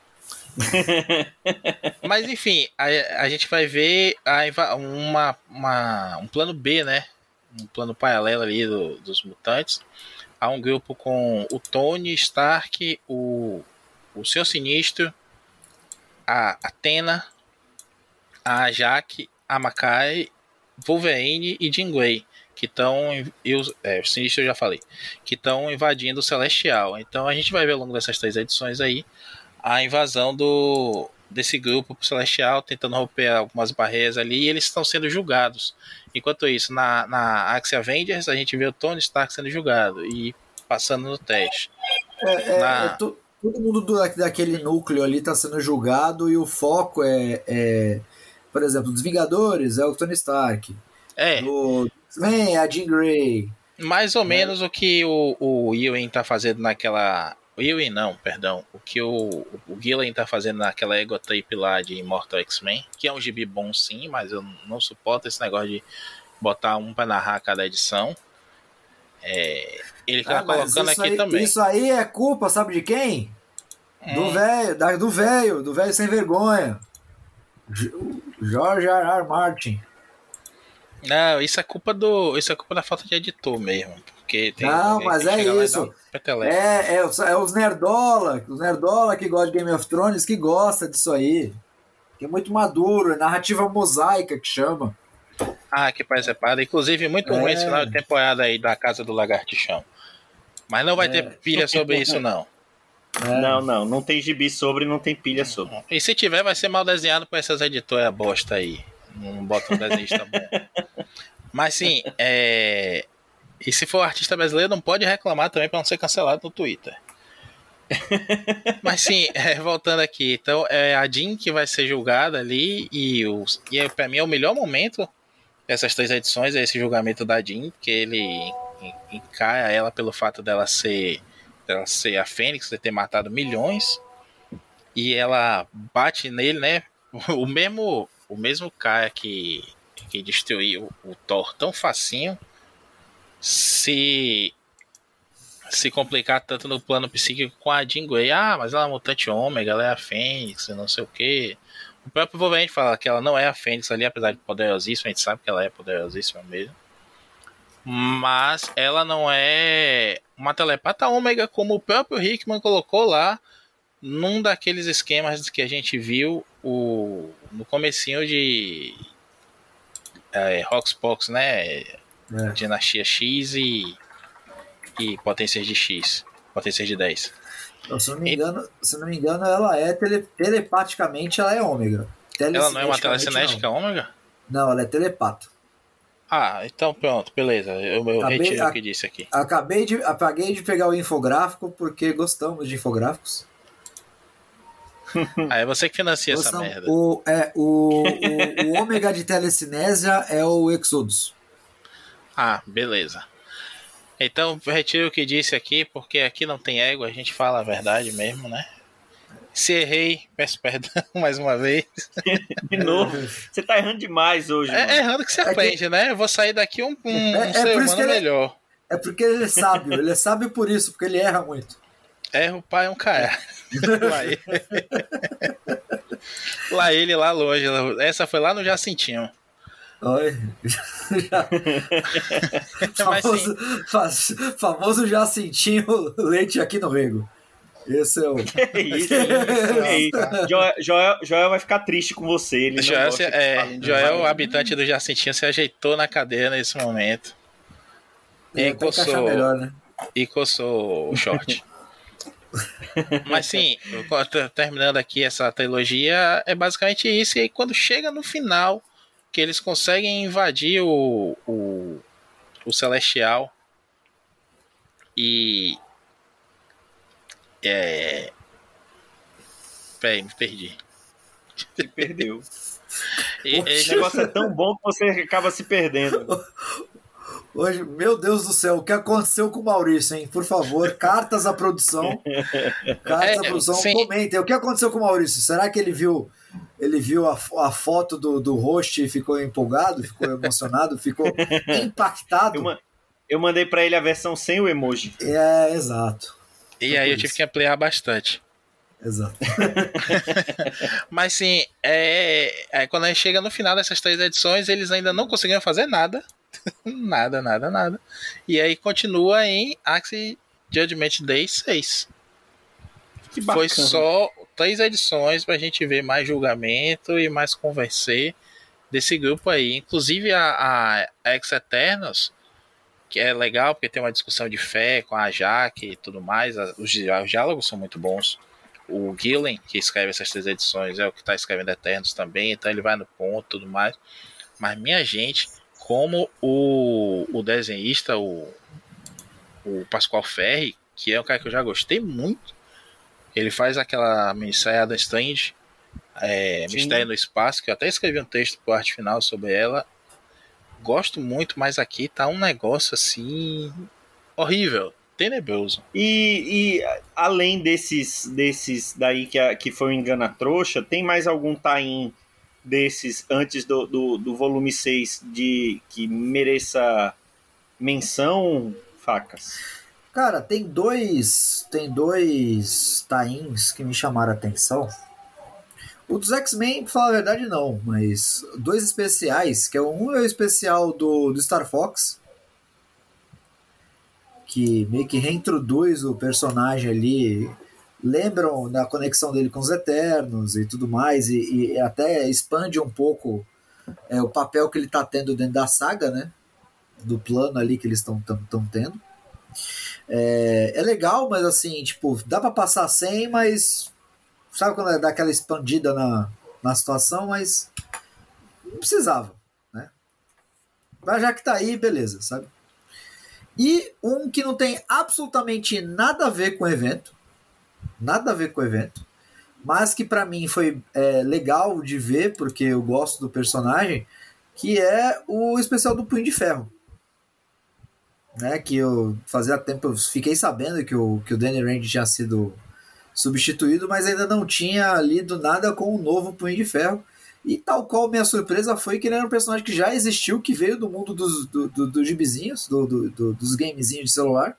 Mas enfim, a, a gente vai ver a, uma, uma, um plano B, né? Um plano paralelo ali do, dos mutantes. Há um grupo com o Tony Stark, o, o Senhor Sinistro, a Athena, a Jaque, a Makai, Wolverine e Jean Grey, que estão, é, o Sinistro eu já falei, que estão invadindo o Celestial. Então a gente vai ver ao longo dessas três edições aí a invasão do, desse grupo pro Celestial, tentando romper algumas barreiras ali, e eles estão sendo julgados. Enquanto isso, na, na Axe Avengers, a gente vê o Tony Stark sendo julgado e passando no teste. É, é, Na- é to- todo mundo do, daquele núcleo ali tá sendo julgado, e o foco é, é, por exemplo, dos Vingadores é o Tony Stark, É, do X-Men é a Jean Grey. mais ou menos o que o, o Ewan tá fazendo naquela... O Ewan não, perdão. O que o, o Gillen tá fazendo naquela Ego Tape lá de Immortal X-Men, que é um gibi bom sim, mas eu não suporto esse negócio de botar um pra narrar cada edição. É, ele tá Ah, mas colocando isso aqui aí, também. Isso aí é culpa, sabe de quem? Do Hum. velho, da- do velho, do velho sem vergonha. George R. R. Martin. Não, isso é culpa do. Isso é culpa da falta de editor mesmo. Porque tem Não, mas é isso. É, é, é os nerdola, os nerdola que gostam de Game of Thrones que gosta disso aí. Que é muito maduro, é narrativa mosaica que chama. Ah, que pai separado. Inclusive, muito É. ruim esse final de temporada aí da Casa do Lagartixão. Mas não vai É. ter pilha sobre isso, não. É. Não, não, não tem gibi sobre, não tem pilha sobre. E se tiver, vai ser mal desenhado por essas editoras bosta aí. Não bota um desenhista bom. Mas sim, é... e se for artista brasileiro, não pode reclamar também pra não ser cancelado no Twitter. Mas sim, é, voltando aqui. Então, é a Jean que vai ser julgada ali. E, os... e é, pra mim é o melhor momento dessas três edições, é esse julgamento da Jean, que ele encaia ela pelo fato dela ser, dela ser a Fênix, de ter matado milhões. E ela bate nele, né? O mesmo, o mesmo cara que, que destruiu o Thor tão facinho, se se complicar tanto no plano psíquico com a Jean Grey. Ah, mas ela é a mutante ômega, ela é a Fênix, não sei o que. O próprio Wolverine fala que ela não é a Fênix ali, apesar de poderosíssima, a gente sabe que ela é poderosíssima mesmo. Mas ela não é uma telepata ômega, como o próprio Hickman colocou lá num daqueles esquemas que a gente viu o, no comecinho de é, Hoxpox, né? É. Dinastia X e, e Potências de X, Potências de dez. Então, se, não me engano, se não me engano, ela é tele, telepaticamente ela é ômega. Ela não é uma telecinética ômega? Não, ela é telepata. Ah, então pronto, beleza. Eu, eu Acabei- retiro a- o que disse aqui. Acabei de, apaguei de pegar o infográfico porque gostamos de infográficos. Ah, é você que financia essa Gostamos. merda. O, é, o, o, o ômega de telecinésia é o Exodus. Ah, beleza. Então, retiro o que disse aqui, porque aqui não tem ego, a gente fala a verdade mesmo, né? Se errei, peço perdão mais uma vez. De novo, você tá errando demais hoje, É, mano. é errando que se É que- aprende, né? Eu vou sair daqui um, um, É- um é ser por isso humano que ele- melhor. É porque ele é sábio. Ele é sábio por isso, porque ele erra muito. Erra o pai é um cara. lá, ele. lá ele, lá longe. Essa foi lá no Jacintinho. Oi. Já- Mas famoso, faz- famoso Jacintinho Leite aqui no Rego. Esse é o. É isso, é isso. Joel, Joel, Joel vai ficar triste com você. Ele não Joel, gosta se- que é, falem de Joel, o Joel. habitante do Jacintinho, se ajeitou na cadeira nesse momento. É, E pra encaixar coçou, melhor, né? e coçou o short. Mas sim, eu tô terminando aqui essa trilogia, é basicamente isso. E aí quando chega no final, que eles conseguem invadir o, o, o Celestial e... É... Peraí, me perdi. Se perdeu. E, O esse- negócio é tão bom que você acaba se perdendo. Hoje, meu Deus do céu, o que aconteceu com o Maurício, hein? Por favor, cartas à produção. Cartas É, à produção, sim. comentem. O que aconteceu com o Maurício? Será que ele viu, ele viu a, a foto do, do host e ficou empolgado, ficou emocionado, ficou impactado? Eu, ma- eu mandei pra ele a versão sem o emoji. É, exato. e aí eu tive que ampliar bastante. Exato. Mas sim, é, é, quando a gente chega no final dessas três edições, eles ainda não conseguiram fazer nada. nada, nada, nada. E aí continua em Axe Judgment Day seis. Que bacana. Foi só três edições pra gente ver mais julgamento e mais convencer desse grupo aí. Inclusive a, a Ex-Eternos, que é legal porque tem uma discussão de fé com a Jaque e tudo mais. Os, os diálogos são muito bons. O Gillen, que escreve essas três edições, é o que tá escrevendo Eternos também, então ele vai no ponto e tudo mais. Mas, minha gente, como o, o desenhista, o, o Pascoal Ferri, que é um cara que eu já gostei muito, ele faz aquela minissérie Adam Strange, é, Sim. Mistério no Espaço, que eu até escrevi um texto pro Arte Final sobre ela. Gosto muito, mas aqui tá um negócio assim horrível, tenebroso. E, e além desses, desses daí que, a- que foi o Engana Trouxa, tem mais algum tie-in desses antes do, do, do volume seis de, que mereça menção, Facas? Cara, tem dois tem dois tains que me chamaram a atenção. O dos X-Men, pra falar a verdade, não, mas dois especiais, que é um é o especial do, do Star Fox, que meio que reintroduz o personagem ali, lembram da conexão dele com os Eternos e tudo mais, e, e até expande um pouco é, o papel que ele tá tendo dentro da saga, né? Do plano ali que eles estão tendo. É, é legal, mas assim, tipo, dá pra passar sem, mas sabe quando dá aquela expandida na, na situação, mas não precisava, né? Mas já que tá aí, beleza, sabe? E um que não tem absolutamente nada a ver com o evento, nada a ver com o evento, mas que pra mim foi é, legal de ver, porque eu gosto do personagem, que é o especial do Punho de Ferro. Né, que eu fazia tempo, eu fiquei sabendo que o, que o Danny Rand tinha sido substituído, mas ainda não tinha lido nada com o novo Punho de Ferro. E tal qual minha surpresa foi que ele era um personagem que já existiu, que veio do mundo dos, do, do, dos gibizinhos, do, do, do, dos gamezinhos de celular,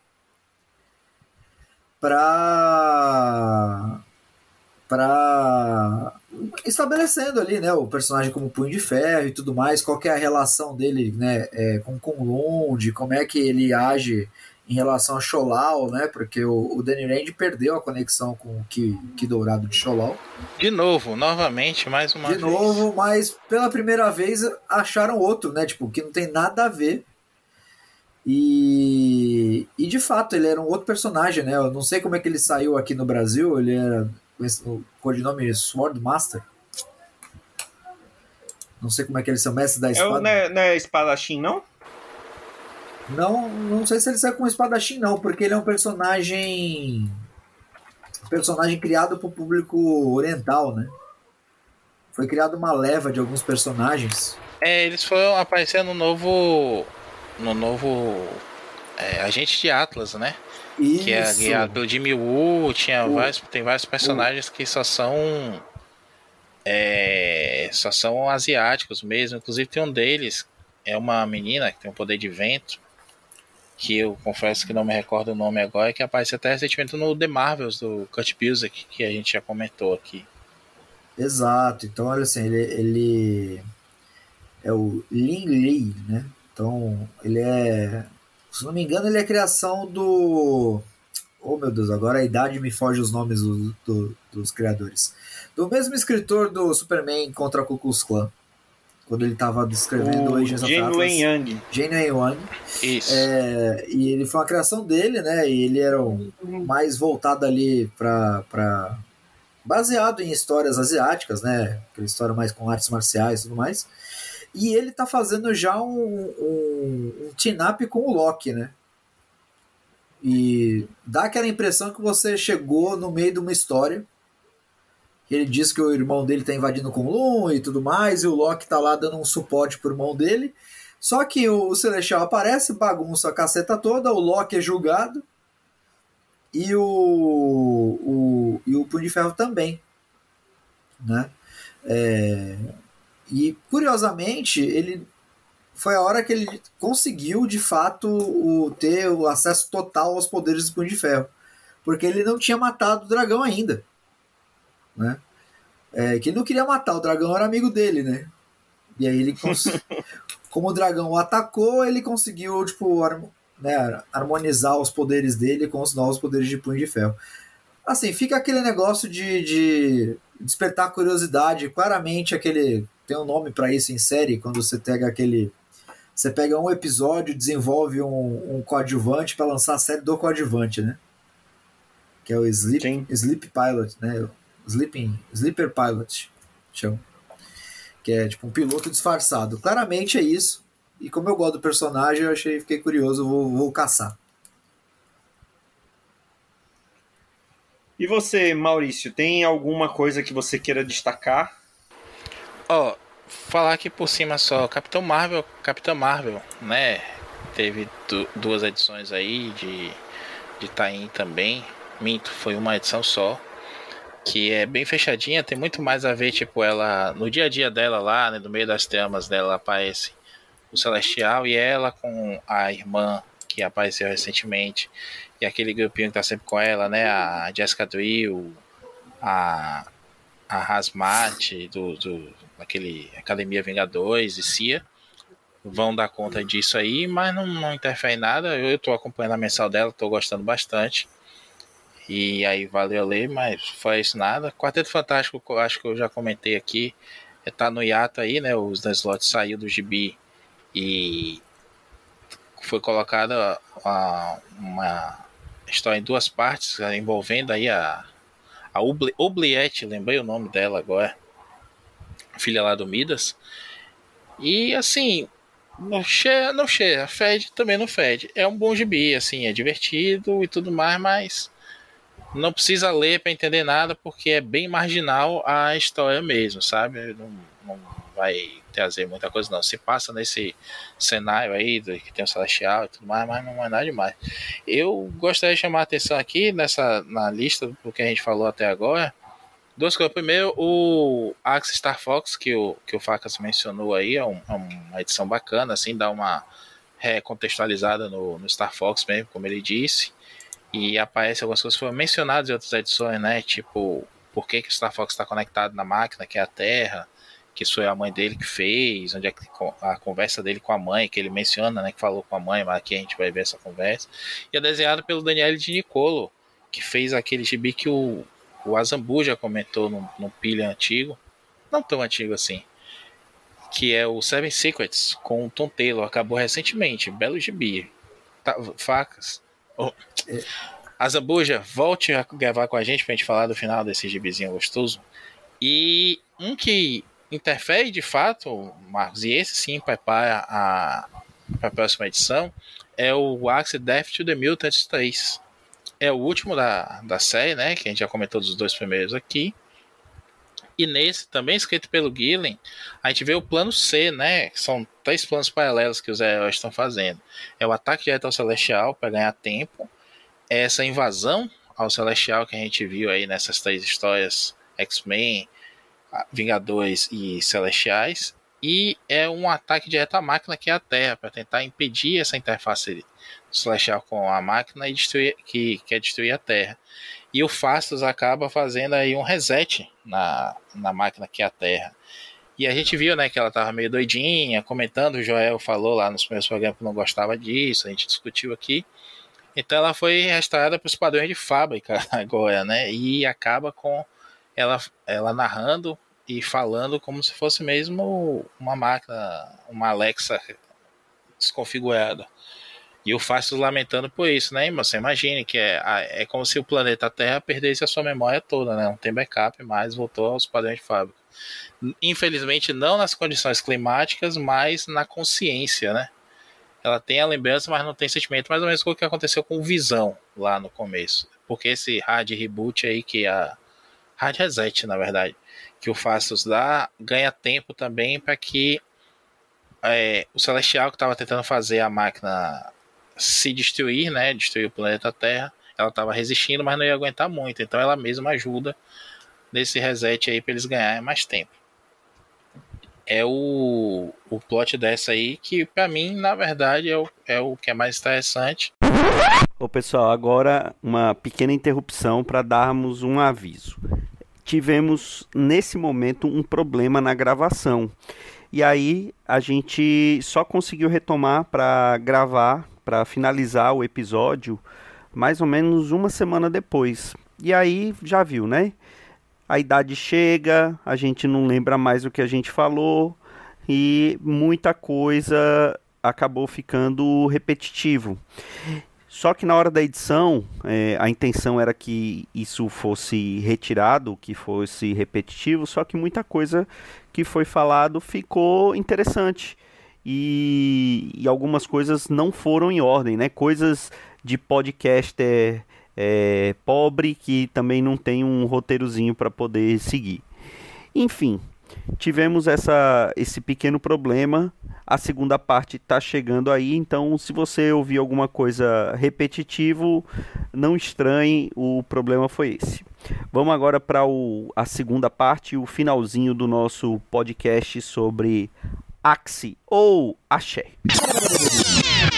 pra. pra. estabelecendo ali, né, o personagem como Punho de Ferro e tudo mais, qual que é a relação dele, né, é, com Kunlun, como é que ele age em relação a Xolau, né, porque o, o Danny Rand perdeu a conexão com o Ki, Ki Dourado de Xolau. De novo, novamente, mais uma de vez. De novo, mas pela primeira vez acharam outro, né, tipo, que não tem nada a ver. E, e de fato, ele era um outro personagem, né, eu não sei como é que ele saiu aqui no Brasil, ele era o codinome Swordmaster. Não sei como é que ele é o mestre da espada. É o, não, é, não é espadachim, não? Não, não sei se ele sai com espadachim, não, porque ele é um personagem. Personagem criado para o público oriental, né? Foi criada uma leva de alguns personagens. É, eles foram aparecer no novo. No novo. É, Agente de Atlas, né? Isso. Que é guiado pelo Jimmy Woo. Tinha o, vários, tem vários personagens o, que só são. É, só são asiáticos mesmo. Inclusive tem um deles. É uma menina que tem um poder de vento. Que eu confesso que não me recordo o nome agora, que apareceu até recentemente no The Marvels do Kurt Busiek, que a gente já comentou aqui. Exato, então olha assim, ele, ele é o Lin Li, né? Então ele é, se não me engano, ele é a criação do, oh meu Deus, agora a idade me foge os nomes do, do, dos criadores, do mesmo escritor do Superman contra a Ku Klux Klan, quando ele estava descrevendo o Agents of Atlas. Jane Yang. Jane Yang. Isso. É, e ele foi uma criação dele, né? E ele era um, mais voltado ali para pra baseado em histórias asiáticas, né? Aquela história mais com artes marciais e tudo mais. E ele tá fazendo já um, um, um team-up com o Loki, né? E dá aquela impressão que você chegou no meio de uma história. Ele diz que o irmão dele tá invadindo Kunlun e tudo mais, e o Loki tá lá dando um suporte pro irmão dele. Só que o Celestial aparece, bagunça a caceta toda, o Loki é julgado, e o, o, e o Punho de Ferro também. Né? É, e, curiosamente, ele foi a hora que ele conseguiu, de fato, o, ter o acesso total aos poderes do Punho de Ferro. Porque ele não tinha matado o dragão ainda. Né? É, que ele não queria matar, o dragão era amigo dele, né? E aí ele cons... como o dragão o atacou, ele conseguiu tipo, har... né, harmonizar os poderes dele com os novos poderes de Punho de Ferro. Assim, fica aquele negócio de, de despertar curiosidade, claramente aquele, tem um nome para isso em série, quando você pega aquele, você pega um episódio, desenvolve um, um coadjuvante para lançar a série do coadjuvante, né? Que é o Sleep, Sleep Pilot, né? Sleeping, Sleeper Pilot, chama. Que é tipo um piloto disfarçado. Claramente é isso. E como eu gosto do personagem, eu achei, fiquei curioso, vou, vou caçar. E você, Maurício, tem alguma coisa que você queira destacar? Ó, oh, falar aqui por cima só, Capitão Marvel, Capitão Marvel, né? Teve du- duas edições aí de, de tie-in também. Minto, foi uma edição só. Que é bem fechadinha, tem muito mais a ver, tipo, ela, no dia a dia dela lá, né, no meio das tramas dela, aparece o Celestial e ela com a irmã, que apareceu recentemente, e aquele grupinho que tá sempre com ela, né, a Jessica Drill, a, a Hazmat, do, do, daquele Academia Vingadores e C I A, vão dar conta disso aí, mas não, não interfere em nada. Eu estou acompanhando a mensal dela, estou gostando bastante. E aí valeu ler, mas foi isso nada. Quarteto Fantástico, acho que eu já comentei aqui, tá no hiato aí, né? O Dan Slott saiu do gibi e foi colocada uma, uma história em duas partes, envolvendo aí a, a Obli, Oubliette, lembrei o nome dela agora, filha lá do Midas. E assim, não cheira, não cheira, fede também não fede. É um bom gibi, assim, é divertido e tudo mais, mas não precisa ler para entender nada, porque é bem marginal a história mesmo, sabe? Não, não vai trazer muita coisa, não. Se passa nesse cenário aí, do, que tem o Celestial e tudo mais, mas não é nada demais. Eu gostaria de chamar a atenção aqui, nessa, na lista do que a gente falou até agora, duas coisas. Primeiro, o Axe Star Fox, que o, que o Facas mencionou aí, é, um, é uma edição bacana, assim, dá uma recontextualizada no, no Star Fox mesmo, como ele disse. E aparece algumas coisas que foram mencionadas em outras edições, né? Tipo, por que, que o Star Fox está conectado na máquina, que é a Terra, que isso foi a mãe dele que fez, onde é que a conversa dele com a mãe, que ele menciona, né? Que falou com a mãe, mas aqui a gente vai ver essa conversa. E é desenhado pelo Daniele Di Nicolo, que fez aquele gibi que o, o Azambu já comentou no, no pilha antigo, não tão antigo assim, que é o Seven Secrets, com o Tom Taylor, acabou recentemente, belo gibi. Tá, Facas. Oh. Azambuja, volte a gravar com a gente pra gente falar do final desse gibizinho gostoso. E um que interfere de fato, Marcos, e esse sim prepara a, a próxima edição, é o Axe Death to the Mutants três. É o último da, da série, né? Que a gente já comentou dos dois primeiros aqui. E nesse, também escrito pelo Gillen, a gente vê o plano C, né? São três planos paralelos que os heróis estão fazendo. É o ataque direto ao Celestial para ganhar tempo. É essa invasão ao Celestial que a gente viu aí nessas três histórias, X-Men, Vingadores e Celestiais. E é um ataque direto à máquina, que é a Terra, para tentar impedir essa interface do Celestial com a máquina e destruir, que quer destruir a Terra. E o Fastos acaba fazendo aí um reset na, na máquina, que é a Terra. E a gente viu, né, que ela tava meio doidinha, comentando, o Joel falou lá nos primeiros programas que não gostava disso, a gente discutiu aqui. Então ela foi restaurada para os padrões de fábrica agora, né, e acaba com ela, ela narrando e falando como se fosse mesmo uma máquina, uma Alexa desconfigurada. E o Fastos lamentando por isso, né? Você imagine que é, é como se o planeta Terra perdesse a sua memória toda, né? Não tem backup, mas voltou aos padrões de fábrica. Infelizmente não nas condições climáticas, mas na consciência, né? Ela tem a lembrança, mas não tem sentimento. Mais ou menos o que aconteceu com o Visão lá no começo. Porque esse hard reboot aí, que a hard reset, na verdade, que o Fastos dá, ganha tempo também para que é, o Celestial, que estava tentando fazer a máquina se destruir, né, destruir o planeta Terra, ela estava resistindo, mas não ia aguentar muito, então ela mesma ajuda nesse reset aí para eles ganharem mais tempo. É o, o plot dessa aí que para mim, na verdade, é o, é o que é mais interessante. Ô pessoal, agora uma pequena interrupção para darmos um aviso. Tivemos nesse momento um problema na gravação, e aí a gente só conseguiu retomar para gravar, para finalizar o episódio, mais ou menos uma semana depois. E aí, já viu, né? A idade chega, a gente não lembra mais o que a gente falou, e muita coisa acabou ficando repetitivo. Só que na hora da edição, é, a intenção era que isso fosse retirado, que fosse repetitivo, só que muita coisa que foi falado ficou interessante. E, e algumas coisas não foram em ordem, né? Coisas de podcaster é, pobre que também não tem um roteirozinho para poder seguir. Enfim, tivemos essa, esse pequeno problema. A segunda parte está chegando aí, então se você ouvir alguma coisa repetitivo, não estranhe, o problema foi esse. Vamos agora para a segunda parte, o finalzinho do nosso podcast sobre Axe ou Axé.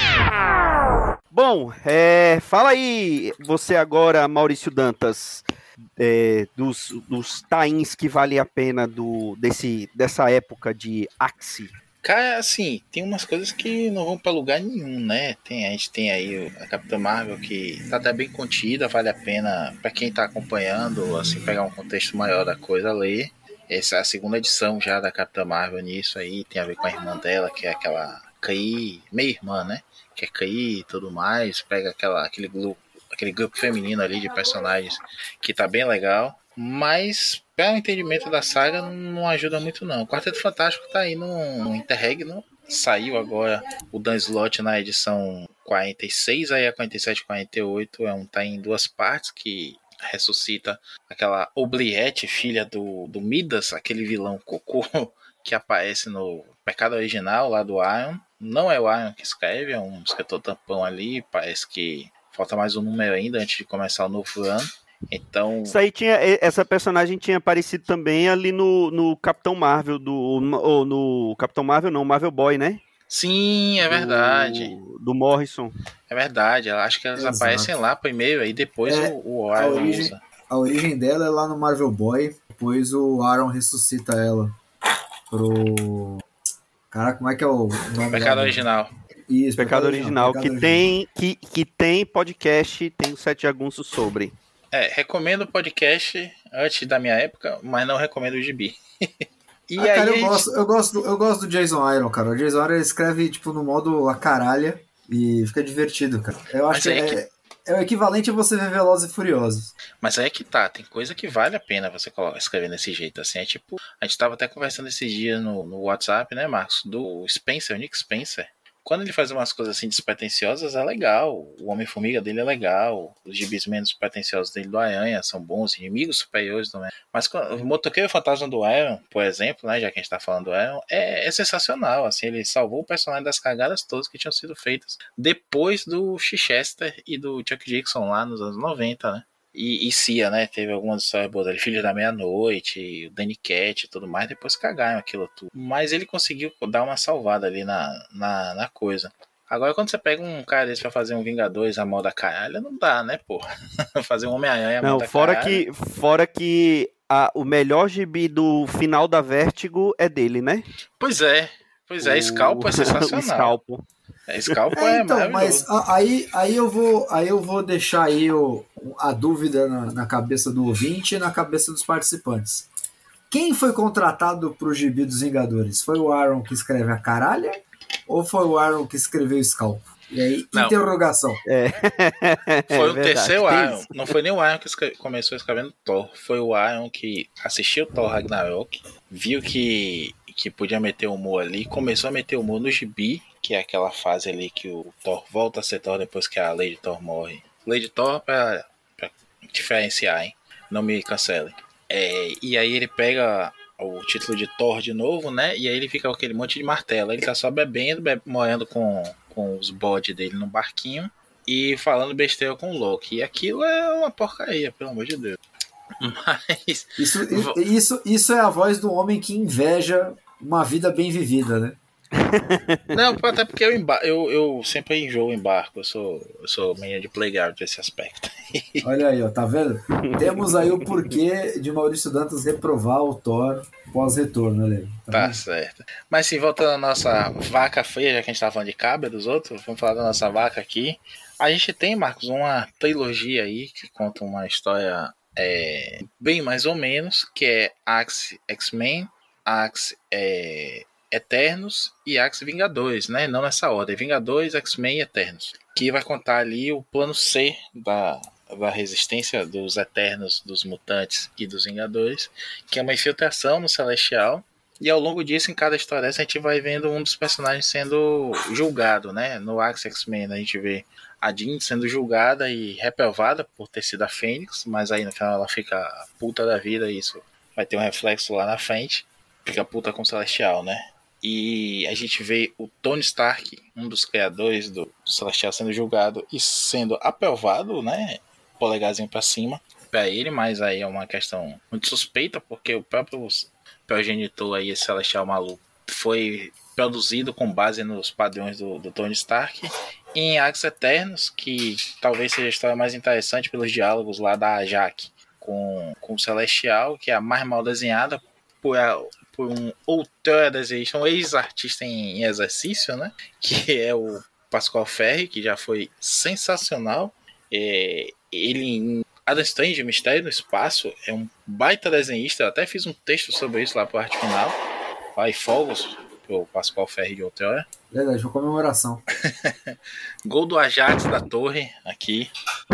Bom, é, fala aí você agora, Maurício Dantas. é, dos, dos tains que vale a pena do, desse, dessa época de Axie? Cara, assim, tem umas coisas que não vão pra lugar nenhum, né? Tem, a gente tem aí a Capitã Marvel, que tá até bem contida, vale a pena pra quem tá acompanhando, assim, pegar um contexto maior da coisa, ler. Essa é a segunda edição já da Capitã Marvel nisso aí, tem a ver com a irmã dela, que é aquela Kai, meia irmã, né? Que é Kai e tudo mais, pega aquela, aquele, grupo, aquele grupo feminino ali de personagens que tá bem legal. Mas, para o entendimento da saga, não, não ajuda muito não. O Quarteto Fantástico tá aí no, no Interregno. Saiu agora o Dan Slott na edição quarenta e seis, aí a quarenta e sete e quarenta e oito é um, tá em duas partes, que ressuscita aquela Obliette, filha do, do Midas, aquele vilão cocô que aparece no Pecado Original lá do Iron. Não é o Iron que escreve, é um escritor tampão ali, parece que falta mais um número ainda antes de começar o novo ano. Então... Isso aí tinha, essa personagem tinha aparecido também ali no, no Capitão Marvel, do, ou no Capitão Marvel não, Marvel Boy, né? Sim, é verdade. Do, do Morrison. É verdade, eu acho que elas Exato. aparecem lá primeiro, aí depois é, o, o Aaron a origem, usa. A origem dela é lá no Marvel Boy, depois o Aaron ressuscita ela pro... Caraca, como é que é o nome? Pecado Original. Isso, Pecado, Pecado Original, Pecado que, original. Tem, que, que tem podcast, tem o Sete Jagunços sobre. É, recomendo o podcast antes da minha época, mas não recomendo o gibi. E ah, aí cara, eu, gente... gosto, eu, gosto, eu gosto do Jason Aaron, cara. O Jason Aaron escreve tipo no modo a caralha e fica divertido, cara. Eu acho que é, que é o equivalente a você ver Velozes e Furiosos. Mas aí é que tá, tem coisa que vale a pena você escrever desse jeito, assim. É tipo, a gente tava até conversando esses dias no, no WhatsApp, né, Marcos? Do Spencer, o Nick Spencer. Quando ele faz umas coisas assim despretensiosas, é legal. O Homem-Formiga dele é legal. Os gibis menos pretensiosos dele do Aranha são bons. Inimigos superiores também. Mas o Motoqueiro Fantasma do Aaron, por exemplo, né, já que a gente tá falando do Aaron, é, é sensacional. Assim, ele salvou o personagem das cagadas todas que tinham sido feitas depois do Chichester e do Chuck Dixon lá nos anos noventa, né? E, e Cia, né? Teve algumas histórias boas dele, Filho da Meia-Noite, o Danny Cat e tudo mais, depois cagaram aquilo tudo. Mas ele conseguiu dar uma salvada ali na, na, na coisa. Agora, quando você pega um cara desse pra fazer um Vingadores a moda caralho, não dá, né, pô? Fazer um Homem-Aranha a não, moda fora caralho. Que, fora que a, o melhor gibi do final da Vertigo é dele, né? Pois é, pois é, o Scalpo é sensacional. O Scalpo. É, Scalpo é, é então, mas aí, aí, eu vou, aí eu vou deixar aí o, a dúvida na, na cabeça do ouvinte e na cabeça dos participantes. Quem foi contratado pro gibi dos Vingadores? Foi o Aaron que escreve a caralha? Ou foi o Aaron que escreveu o Scalpo? E aí, não. Interrogação. É. Foi é o verdade, terceiro Aaron. Isso. Não foi nem o Aaron que escreve, começou escrevendo Thor. Foi o Aaron que assistiu Thor Ragnarok, viu que, que podia meter humor ali, começou a meter humor no gibi, que é aquela fase ali que o Thor volta a ser Thor depois que a Lady Thor morre. Lady Thor pra, pra diferenciar, hein? Não me cancelem. É, e aí ele pega o título de Thor de novo, né? E aí ele fica com aquele monte de martelo. Ele tá só bebendo, bebe, morando com, com os bodes dele no barquinho e falando besteira com o Loki. E aquilo é uma porcaria, pelo amor de Deus. Mas... Isso, isso, isso é a voz do homem que inveja uma vida bem vivida, né? Não, até porque eu, embar- eu, eu sempre enjoo em barco. Eu sou, eu sou meio de playground nesse aspecto. Olha aí, ó, tá vendo? Temos aí o porquê de Maurício Dantas reprovar o Thor pós-retorno, né? Tá, tá certo. Mas sim, voltando à nossa vaca feia, já que a gente tava falando de cabra dos outros, vamos falar da nossa vaca aqui. A gente tem, Marcos, uma trilogia aí que conta uma história é, bem mais ou menos, que é Axe X-Men, Axe é, Eternos e Axe Vingadores, né? Não nessa ordem, Vingadores, X-Men e Eternos. Que vai contar ali o plano C da, da resistência dos Eternos, dos Mutantes e dos Vingadores, que é uma infiltração no Celestial. E ao longo disso, em cada história dessa, a gente vai vendo um dos personagens sendo julgado, né? No Axe X-Men a gente vê a Jean sendo julgada e reprovada por ter sido a Fênix, mas aí no final ela fica puta da vida e isso vai ter um reflexo lá na frente. Fica puta com o Celestial, né? E a gente vê o Tony Stark, um dos criadores do Celestial, sendo julgado e sendo aprovado, né? Polegarzinho pra cima pra ele, mas aí é uma questão muito suspeita, porque o próprio progenitor aí, esse Celestial maluco, foi produzido com base nos padrões do, do Tony Stark. E em Axe Eternos, que talvez seja a história mais interessante pelos diálogos lá da Jaque com, com o Celestial, que é a mais mal desenhada por, a, por um autor desenhista, um ex-artista em, em exercício, né? Que é o Pascoal Ferri, que já foi sensacional. É, ele em Adam Strange, Mistério no Espaço, é um baita desenhista. Eu até fiz um texto sobre isso lá pro Arte Final. Aí Fogos, o Pascoal Ferri de outrora. Verdade, foi comemoração. Gol do Ajax da Torre, aqui.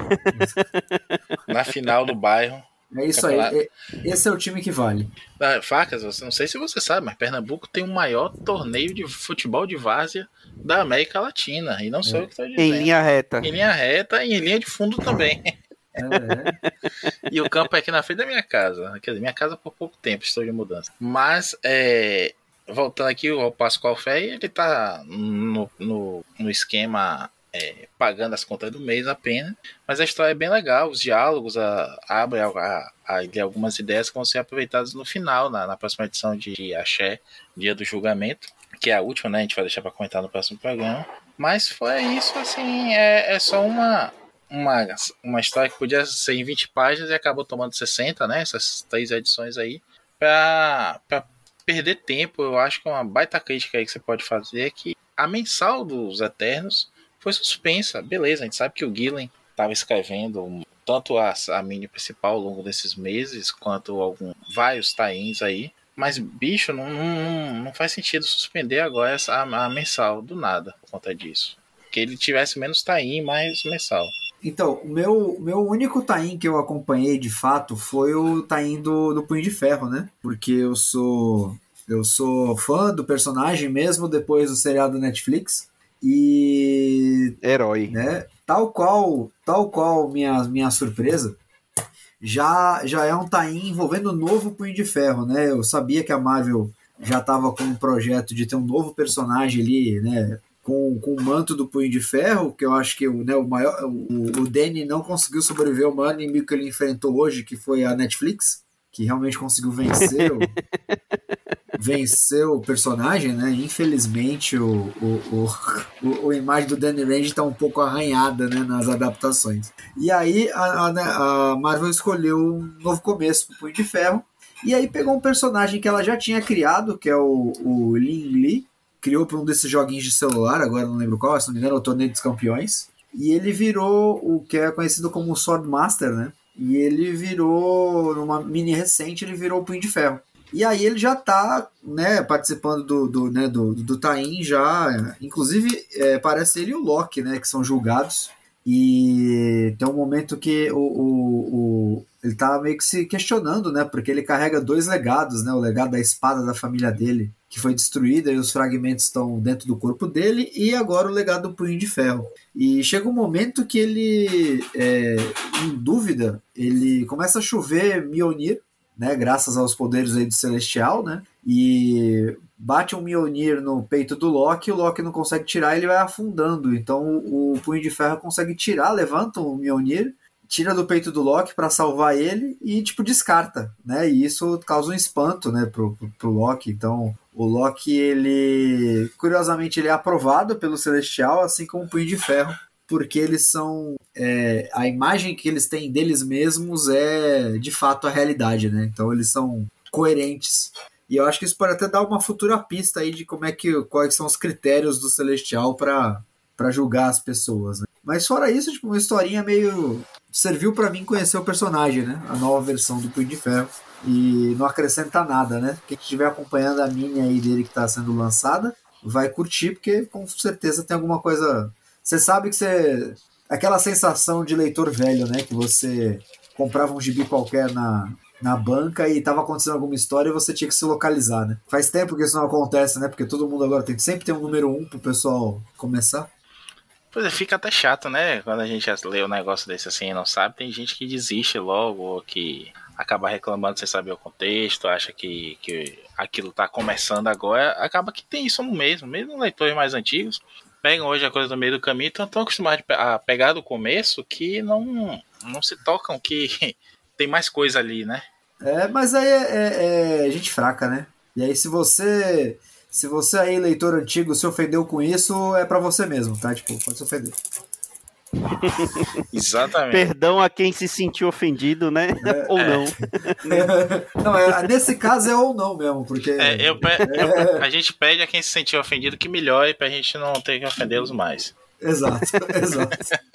Na final do bairro. É isso Campeonato. aí. Esse é o time que vale. Ah, Facas, você, não sei se você sabe, mas Pernambuco tem o maior torneio de futebol de várzea da América Latina. E não sou É. eu que estou dizendo. Em linha reta. Em linha reta e em linha de fundo também. É, é. E o campo é aqui na frente da minha casa. Quer dizer, minha casa por pouco tempo, estou de mudança. Mas, é, voltando aqui, o Pascoal Ferri, ele tá no, no, no esquema é, pagando as contas do mês apenas. Mas a história é bem legal, os diálogos a, abrem a, a, a, algumas ideias que vão ser aproveitadas no final, na, na próxima edição de, de Axé, Dia do Julgamento, que é a última, né? A gente vai deixar para comentar no próximo programa. Mas foi isso, assim, é, é só uma... Uma, uma história que podia ser em vinte páginas e acabou tomando sessenta, né? Essas três edições aí. Pra, pra perder tempo, eu acho que uma baita crítica aí que você pode fazer é que a mensal dos Eternos foi suspensa. Beleza, a gente sabe que o Gillen estava escrevendo tanto a, a mini principal ao longo desses meses, quanto algum, vários tie-ins aí. Mas, bicho, não, não, não faz sentido suspender agora essa, a, a mensal do nada por conta disso. Que ele tivesse menos tie-in, mais mensal. Então, o meu, meu único tie-in que eu acompanhei de fato foi o tie-in do, do Punho de Ferro, né? Porque eu sou eu sou fã do personagem mesmo depois do seriado da Netflix. E... Herói. Né, tal qual, tal qual minha, minha surpresa, já, já é um tie-in envolvendo o novo Punho de Ferro, né? Eu sabia que a Marvel já estava com um projeto de ter um novo personagem ali, né? Com, com o manto do Punho de Ferro, que eu acho que né, o, maior, o, o Danny não conseguiu sobreviver ao maior inimigo que ele enfrentou hoje, que foi a Netflix, que realmente conseguiu vencer o, vencer o personagem, né? Infelizmente o, o, o, o imagem do Danny Rand está um pouco arranhada, né, nas adaptações. E aí a, a, a Marvel escolheu um novo começo para o Punho de Ferro, e aí pegou um personagem que ela já tinha criado, que é o, o Lin Lee, criou para um desses joguinhos de celular, agora não lembro qual, se não me engano, é o Torneio dos Campeões. E ele virou o que é conhecido como Swordmaster, né? E ele virou, numa mini recente, ele virou o Punho de Ferro. E aí ele já tá, né, participando do, do, né, do, do tie-in já, inclusive é, parece ele e o Loki, né, que são julgados. E tem um momento que o, o, o, ele tá meio que se questionando, né, porque ele carrega dois legados, né, o legado da espada da família dele, que foi destruída e os fragmentos estão dentro do corpo dele, e agora o legado do Punho de Ferro. E chega um momento que ele, é, em dúvida, ele começa a chover Mjolnir, né, graças aos poderes aí do Celestial, né, e bate um Mjolnir no peito do Loki, o Loki não consegue tirar, ele vai afundando, então o, o Punho de Ferro consegue tirar, levanta o Mjolnir, tira do peito do Loki para salvar ele e, tipo, descarta, né, e isso causa um espanto, né, pro, pro, pro Loki. Então o Loki, ele, curiosamente, ele é aprovado pelo Celestial, assim como o Punho de Ferro, porque eles são, é, a imagem que eles têm deles mesmos é, de fato, a realidade, né, então eles são coerentes. E eu acho que isso pode até dar uma futura pista aí de como é que, quais são os critérios do Celestial para para julgar as pessoas, né? Mas fora isso, tipo, uma historinha meio... serviu para mim conhecer o personagem, né? A nova versão do Punho de Ferro. E não acrescenta nada, né? Quem estiver acompanhando a mini aí dele que está sendo lançada, vai curtir, porque com certeza tem alguma coisa... Você sabe que você... Aquela sensação de leitor velho, né? Que você comprava um gibi qualquer na... na banca e estava acontecendo alguma história e você tinha que se localizar, né? Faz tempo que isso não acontece, né? Porque todo mundo agora tem sempre tem um número um pro pessoal começar. Pois é, fica até chato, né? Quando a gente lê um negócio desse assim e não sabe, tem gente que desiste logo, ou que acaba reclamando sem saber o contexto, acha que, que aquilo tá começando agora. Acaba que tem isso no mesmo, mesmo leitores mais antigos pegam hoje a coisa do meio do caminho e estão tão acostumados a pegar do começo que não, não se tocam que tem mais coisa ali, né? É, mas aí é, é, é gente fraca, né? E aí se você se você aí, leitor antigo, se ofendeu com isso, é pra você mesmo, tá? Tipo, pode se ofender. Exatamente. Perdão a quem se sentiu ofendido, né? É, Ou é. não. Não, é, nesse caso é ou não mesmo, porque... É, eu, eu, a gente pede a quem se sentiu ofendido que melhore pra gente não ter que ofendê-los mais. Exato, exato.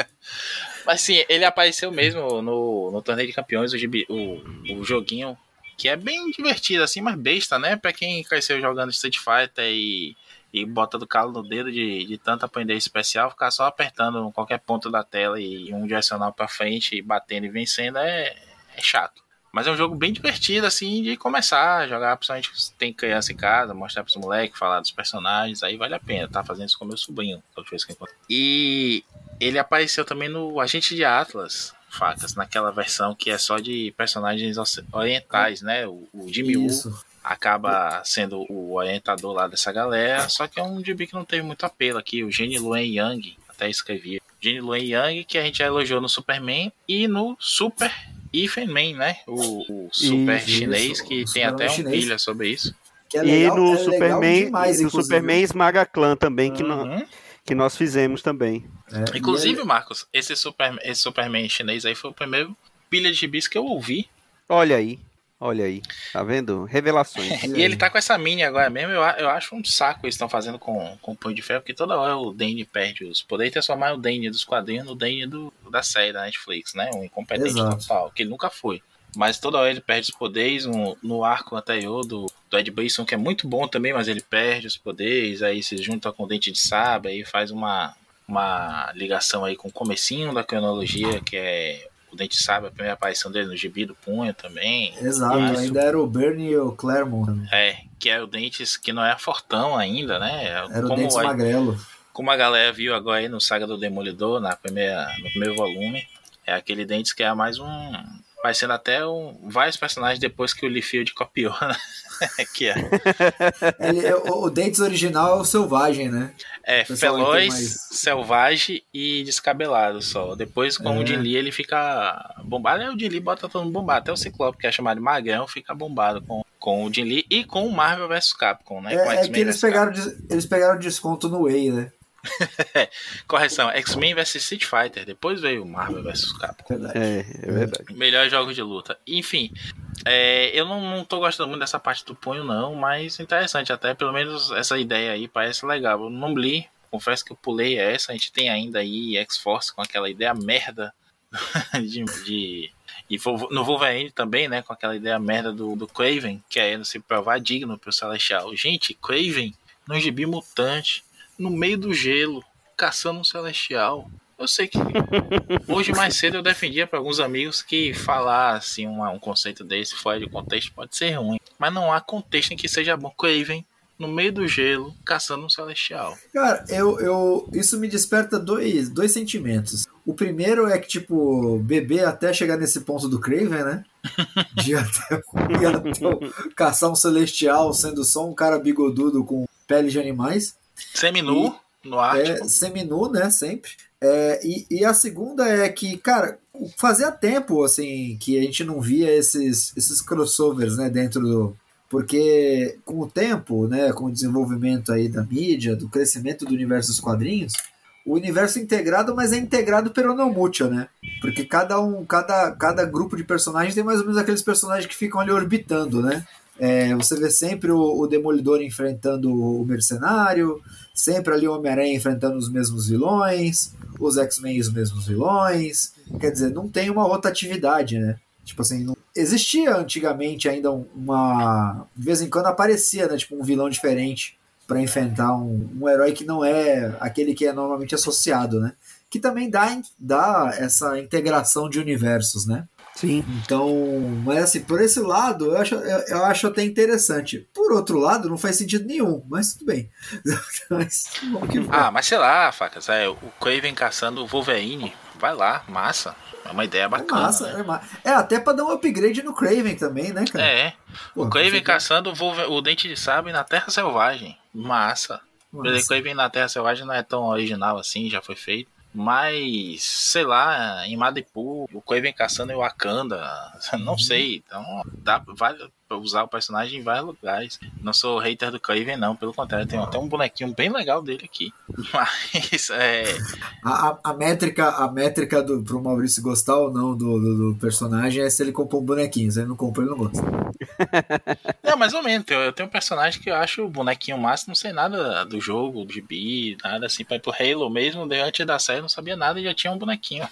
Mas sim, ele apareceu mesmo no, no Torneio de Campeões, o, o, o joguinho, que é bem divertido, assim, mas besta, né? Pra quem cresceu jogando Street Fighter e, e bota do calo no dedo de, de tanto aprender especial, ficar só apertando qualquer ponto da tela e um direcional pra frente, e batendo e vencendo, é, é chato. Mas é um jogo bem divertido, assim, de começar a jogar, principalmente se tem criança em casa, mostrar pros moleques, falar dos personagens, aí vale a pena, tá fazendo isso com meu sobrinho, toda vez que eu encontro. E ele apareceu também no Agente de Atlas, Facas, naquela versão que é só de personagens orientais, né? O, o Jimmy Woo acaba sendo o orientador lá dessa galera, só que é um gibi que não teve muito apelo aqui, o Gene Luen Yang, até escrevi. Gene Luen Yang, que a gente já elogiou no Superman e no Super Ethan Man, né? O, o super Isso, chinês, isso, que o tem até um chinês. pilha sobre isso. Que é E legal, no é legal Superman, demais, e no inclusive. Superman Esmaga Clã também, que, no- Uhum. que nós fizemos também. É, Inclusive, e é- Marcos, esse, super, esse Superman chinês aí foi o primeiro pilha de gibis que eu ouvi. Olha aí, olha aí. Tá vendo? Revelações. E E aí? ele tá com essa mini agora mesmo. Eu, a- eu acho um saco eles estão fazendo com, com o Punho de Ferro, porque toda hora o Danny perde os poderes e transformar o Danny dos quadrinhos no Danny do, da série da Netflix, né? Um incompetente Exato. total, que ele nunca foi. Mas toda hora ele perde os poderes. No, no arco anterior do, do Ed Brisson, que é muito bom também, mas ele perde os poderes. Aí se junta com o Dente de Sabre, aí faz uma, uma ligação aí com o comecinho da cronologia, que é o Dente de Sabre, a primeira aparição dele no gibi do Punho também. Exato, Isso. ainda era o Bernie e o Claremont. É, que é o Dentes que não é fortão ainda, né? Era o como, Dentes a, Magrelo. como a galera viu agora aí no Saga do Demolidor, na primeira, no primeiro volume, é aquele Dentes que é mais um... parecendo até um, vários personagens depois que o Liefeld copiou, né? que é, Ele, o, o Dentes original é o Selvagem, né? é O pessoal feroz, tem mais- selvagem e descabelado só. Depois com É. o Jin Lee ele fica bombado. Aí o Jin Lee bota todo mundo bombado. Até o Ciclope, que é chamado de Magrão, fica bombado com, com o Jin Lee e com o Marvel versus. Capcom, né? Com É, é X-Men que eles versus. pegaram, des- eles pegaram desconto no Way, né? Correção, X-Men versus. Street Fighter. Depois veio o Marvel versus. Capcom. Verdade. É, é verdade. Melhores jogos de luta. Enfim, é, eu não, não tô gostando muito dessa parte do punho, não, mas interessante até. Pelo menos essa ideia aí parece legal. Eu não li, confesso que eu pulei essa. A gente tem ainda aí X-Force com aquela ideia merda de. de e no Wolverine também, né? Com aquela ideia merda do, do Kraven, querendo se provar digno pro Celestial. Gente, Kraven no gibi mutante, no meio do gelo, caçando um Celestial. Eu sei que hoje mais cedo eu defendia para alguns amigos que falar assim, um, um conceito desse fora de contexto pode ser ruim. Mas não há contexto em que seja bom. Kraven no meio do gelo, caçando um Celestial. Cara, eu, eu, isso me desperta dois, dois sentimentos. O primeiro é que, tipo, bebê até chegar nesse ponto do Kraven, né? De até, de até caçar um Celestial sendo só um cara bigodudo com pele de animais. Seminu no Ártico. É, seminu, né? Sempre. É, e, e a segunda é que, cara, fazia tempo, assim, que a gente não via esses, esses crossovers, né? Dentro do... Porque com o tempo, né, com o desenvolvimento aí da mídia, do crescimento do universo dos quadrinhos, o universo é integrado, mas é integrado pelo não mútuo, né? Porque cada um, cada, cada grupo de personagens tem mais ou menos aqueles personagens que ficam ali orbitando, né? É, você vê sempre o, o Demolidor enfrentando o Mercenário, sempre ali o Homem-Aranha enfrentando os mesmos vilões, os X-Men os mesmos vilões. Quer dizer, não tem uma rotatividade, né? Tipo assim, não... existia antigamente ainda uma... De vez em quando aparecia, né? Tipo, um vilão diferente para enfrentar um, um herói que não é aquele que é normalmente associado, né? Que também dá, dá essa integração de universos, né? Sim. Então, mas assim, por esse lado, eu acho, eu, eu acho até interessante. Por outro lado, não faz sentido nenhum, mas tudo bem. mas, vamos que vai. Ah, mas sei lá, Facas, é, o Kraven caçando o Wolverine, vai lá, massa. É uma ideia bacana. É massa, né? é, ma- é até pra dar um upgrade no Craven também, né, cara? É, Pô, o Kraven você- caçando o, Wolver- o Dente de Sabre na Terra Selvagem. Massa. Massa. O Kraven na Terra Selvagem não é tão original assim, já foi feito. Mas, sei lá, em Madripoor, o Kraven caçando em Wakanda, não sei. Então, dá, vale, pra usar o personagem em vários lugares. Não sou hater do Kraven, não, pelo contrário, tem até um bonequinho bem legal dele aqui. Mas é. A, a, a métrica, a métrica do, pro Maurício gostar ou não do, do, do personagem é se ele comprou um bonequinho. Se ele não comprou, ele não gosta. Não, mais ou menos. Eu, eu tenho um personagem que eu acho o bonequinho massa, não sei nada do jogo, do gibi, nada assim. Pra ir pro Halo mesmo, antes da série, não sabia nada e já tinha um bonequinho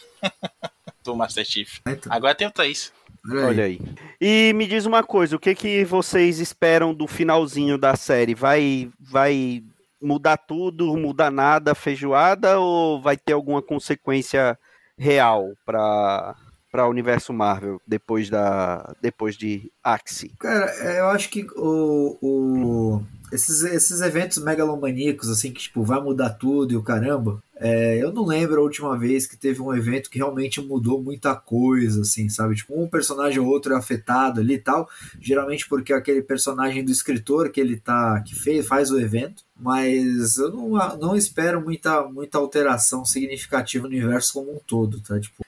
do Master Chief. Então. Agora tem o três. Olha aí. E me diz uma coisa, o que, que vocês esperam do finalzinho da série? Vai, vai mudar tudo, mudar nada, feijoada, ou vai ter alguma consequência real para para o universo Marvel depois da depois de Axie? Cara, eu acho que o, o esses, esses eventos megalomaníacos assim que tipo vai mudar tudo e o caramba, é, eu não lembro a última vez que teve um evento que realmente mudou muita coisa, assim, sabe? Tipo, um personagem ou outro é afetado ali e tal, geralmente porque é aquele personagem do escritor que ele tá, que fez, faz o evento, mas eu não, não espero muita, muita alteração significativa no universo como um todo, tá? Tipo,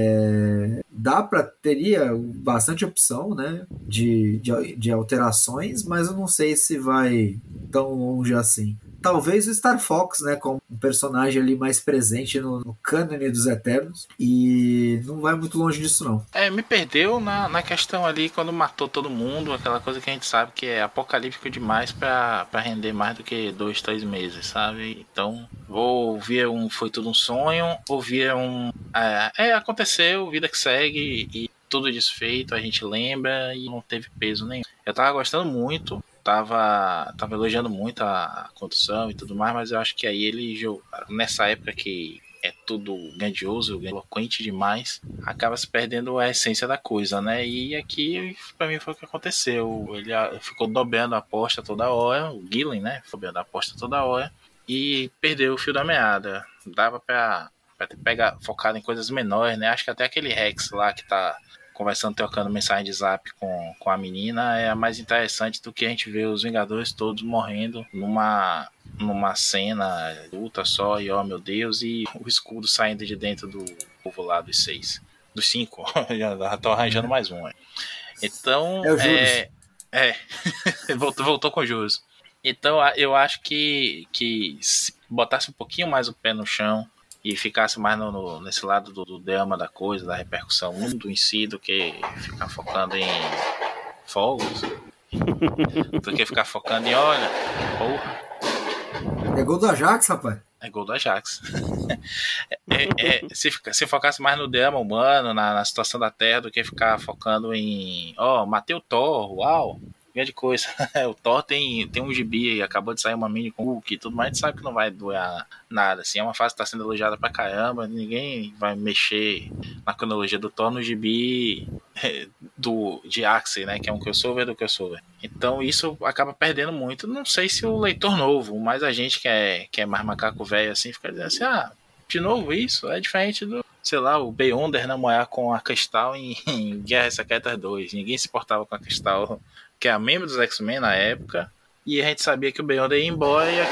é, dá pra, teria bastante opção, né, de, de, de alterações, mas eu não sei se vai tão longe assim. Talvez o Star Fox, né, como um personagem ali mais presente no, no cânone dos Eternos, e não vai muito longe disso não. É, me perdeu na, na questão ali quando matou todo mundo, aquela coisa que a gente sabe que é apocalíptico demais pra, pra render mais do que dois, três meses, sabe? Então, ou via um Foi Tudo um Sonho, ou via um... É, é aconteceu, vida que segue, e tudo desfeito, a gente lembra, e não teve peso nenhum. Eu tava gostando muito, Tava, tava elogiando muito a condução e tudo mais, mas eu acho que aí ele, nessa época que é tudo grandioso, eloquente demais, acaba se perdendo a essência da coisa, né? E aqui, pra mim, foi o que aconteceu. Ele ficou dobrando a aposta toda hora, o Gillen, né? Dobrando a aposta toda hora, e perdeu o fio da meada. Dava pra, pra ter pega, focado em coisas menores, né? Acho que até aquele Rex lá que tá conversando, trocando mensagem de zap com, com a menina, é mais interessante do que a gente ver os Vingadores todos morrendo numa, numa cena luta só, e ó, meu Deus, e o escudo saindo de dentro do povo lá dos seis, dos cinco, já tô arranjando mais um. É. Então, é o juros. É, é voltou, voltou com juros. Então, eu acho que, que se botasse um pouquinho mais o pé no chão, e ficasse mais no, no, nesse lado do, do drama da coisa, da repercussão, mundo em si, do que ficar focando em fogos, do que ficar focando em, olha, porra. É gol do Ajax, rapaz. É gol do Ajax. é, é, se, se focasse mais no drama humano, na, na situação da Terra, do que ficar focando em, ó, oh, matei o Thor, uau. Grande coisa. O Thor tem, tem um gibi e acabou de sair uma mini com o Hulk e tudo mais, a gente sabe que não vai doer nada. Assim, é uma fase que está sendo elogiada pra caramba, ninguém vai mexer na cronologia do Thor no gibi do, de Axie, né? Que é um crossover do crossover. Então isso acaba perdendo muito. Não sei se o leitor novo, mas a gente que é, que é mais macaco velho assim, fica dizendo assim, ah, de novo isso? É diferente do, sei lá, o Beyonder namorar com a Crystal em, em Guerra Secreta dois. Ninguém se importava com a Crystal, que é a membro dos X-Men na época, e a gente sabia que o Beyonder ia embora e, a...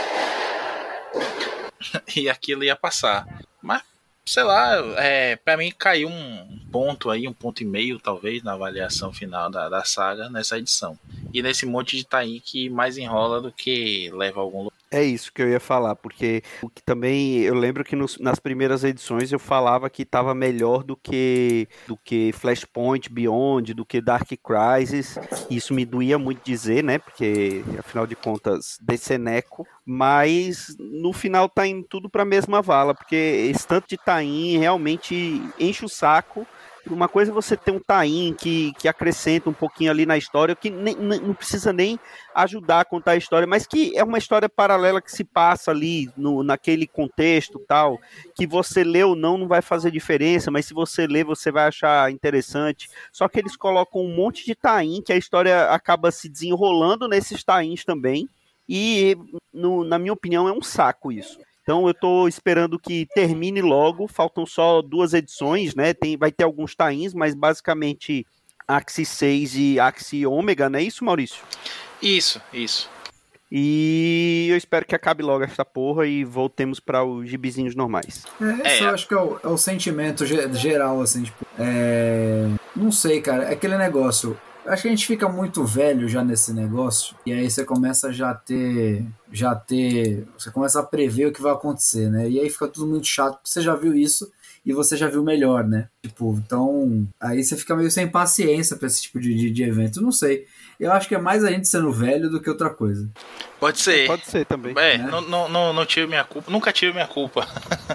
e aquilo ia passar. Mas, sei lá, é, pra mim caiu um ponto aí, um ponto e meio talvez, na avaliação final da, da saga nessa edição. E nesse monte de taim que mais enrola do que leva a algum lugar. É isso que eu ia falar, porque o que também eu lembro que nos, nas primeiras edições eu falava que estava melhor do que do que Flashpoint, Beyond, do que Dark Crisis. Isso me doía muito dizer, né? Porque afinal de contas, deceneco. Mas no final tá indo tudo para a mesma vala, porque esse tanto de taim realmente enche o saco. Uma coisa é você ter um taim que, que acrescenta um pouquinho ali na história, que nem, não precisa nem ajudar a contar a história, mas que é uma história paralela que se passa ali no, naquele contexto tal, que você lê ou não, não vai fazer diferença, mas se você ler, você vai achar interessante. Só que eles colocam um monte de taim, que a história acaba se desenrolando nesses tains também, e no, na minha opinião é um saco isso. Então eu tô esperando que termine logo, faltam só duas edições, né? Tem, vai ter alguns tains, mas basicamente Axie seis e Axie Ômega, não é isso, Maurício? Isso, isso. E eu espero que acabe logo essa porra e voltemos para os gibizinhos normais. É, isso é. Eu acho que é o, é o sentimento geral, assim, tipo, é... não sei, cara, é aquele negócio, Acho que a gente fica muito velho já nesse negócio, e aí você começa já a ter, já ter, você começa a prever o que vai acontecer, né? E aí fica tudo muito chato, porque você já viu isso e você já viu melhor, né? Tipo, então, aí você fica meio sem paciência pra esse tipo de, de, de evento, não sei. Eu acho que é mais a gente sendo velho do que outra coisa. Pode ser. Pode ser também. É, né? não, não, não, não tiro minha culpa, nunca tiro minha culpa.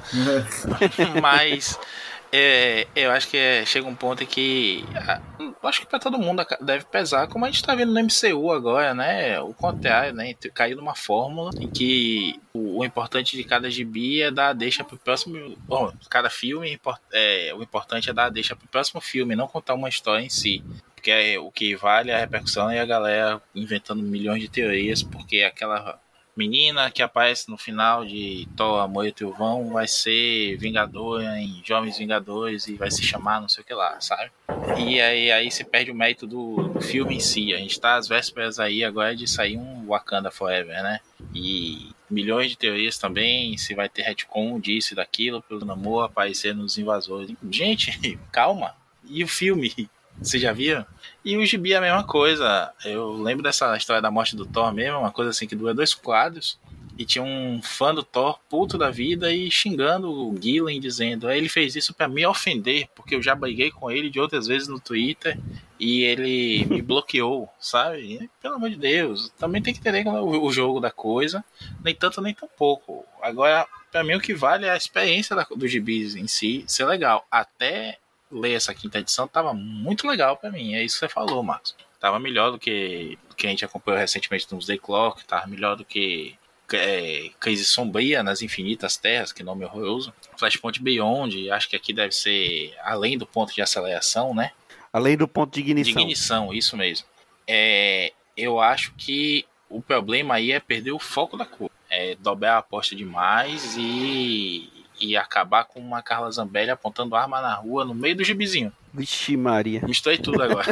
Mas é, eu acho que é, chega um ponto em que ah, acho que pra todo mundo deve pesar, como a gente tá vendo no M C U agora, né? O contrário, né? Caiu numa fórmula em que o, o importante de cada gibi é dar a deixa pro próximo. Bom, cada filme, é, o importante é dar a deixa pro próximo filme, não contar uma história em si. Porque é, o que vale é a repercussão e a galera inventando milhões de teorias, porque aquela menina que aparece no final de Thor, Amor e Trovão vai ser Vingadora em Jovens Vingadores e vai se chamar não sei o que lá, sabe? E aí, aí se perde o mérito do, do filme em si. A gente tá às vésperas aí agora de sair um Wakanda Forever, né? E milhões de teorias também, se vai ter retcon disso e daquilo, pelo Namor aparecer nos invasores. Gente, calma. E o filme? Você já viu? E o gibi é a mesma coisa. Eu lembro dessa história da morte do Thor mesmo, uma coisa assim que dura dois quadros. E tinha um fã do Thor puto da vida e xingando o Gillen, dizendo: ele fez isso pra me ofender, porque eu já briguei com ele de outras vezes no Twitter e ele me bloqueou, sabe? E, pelo amor de Deus, também tem que entender o, o jogo da coisa, nem tanto nem tão pouco. Agora, pra mim o que vale é a experiência da, do gibis em si ser legal. Até ler essa quinta edição tava muito legal pra mim, é isso que você falou, Marcos. Tava melhor do que, do que a gente acompanhou recentemente no Doomsday Clock, tava melhor do que é, Crise Sombria nas Infinitas Terras, que nome horroroso. Flashpoint Beyond, acho que aqui deve ser além do ponto de aceleração, né? Além do ponto de ignição. De ignição, isso mesmo. É, eu acho que o problema aí é perder o foco da coisa. É dobrar a aposta demais e... e acabar com uma Carla Zambelli apontando arma na rua no meio do gibizinho. Vixe Maria. Misturei tudo agora.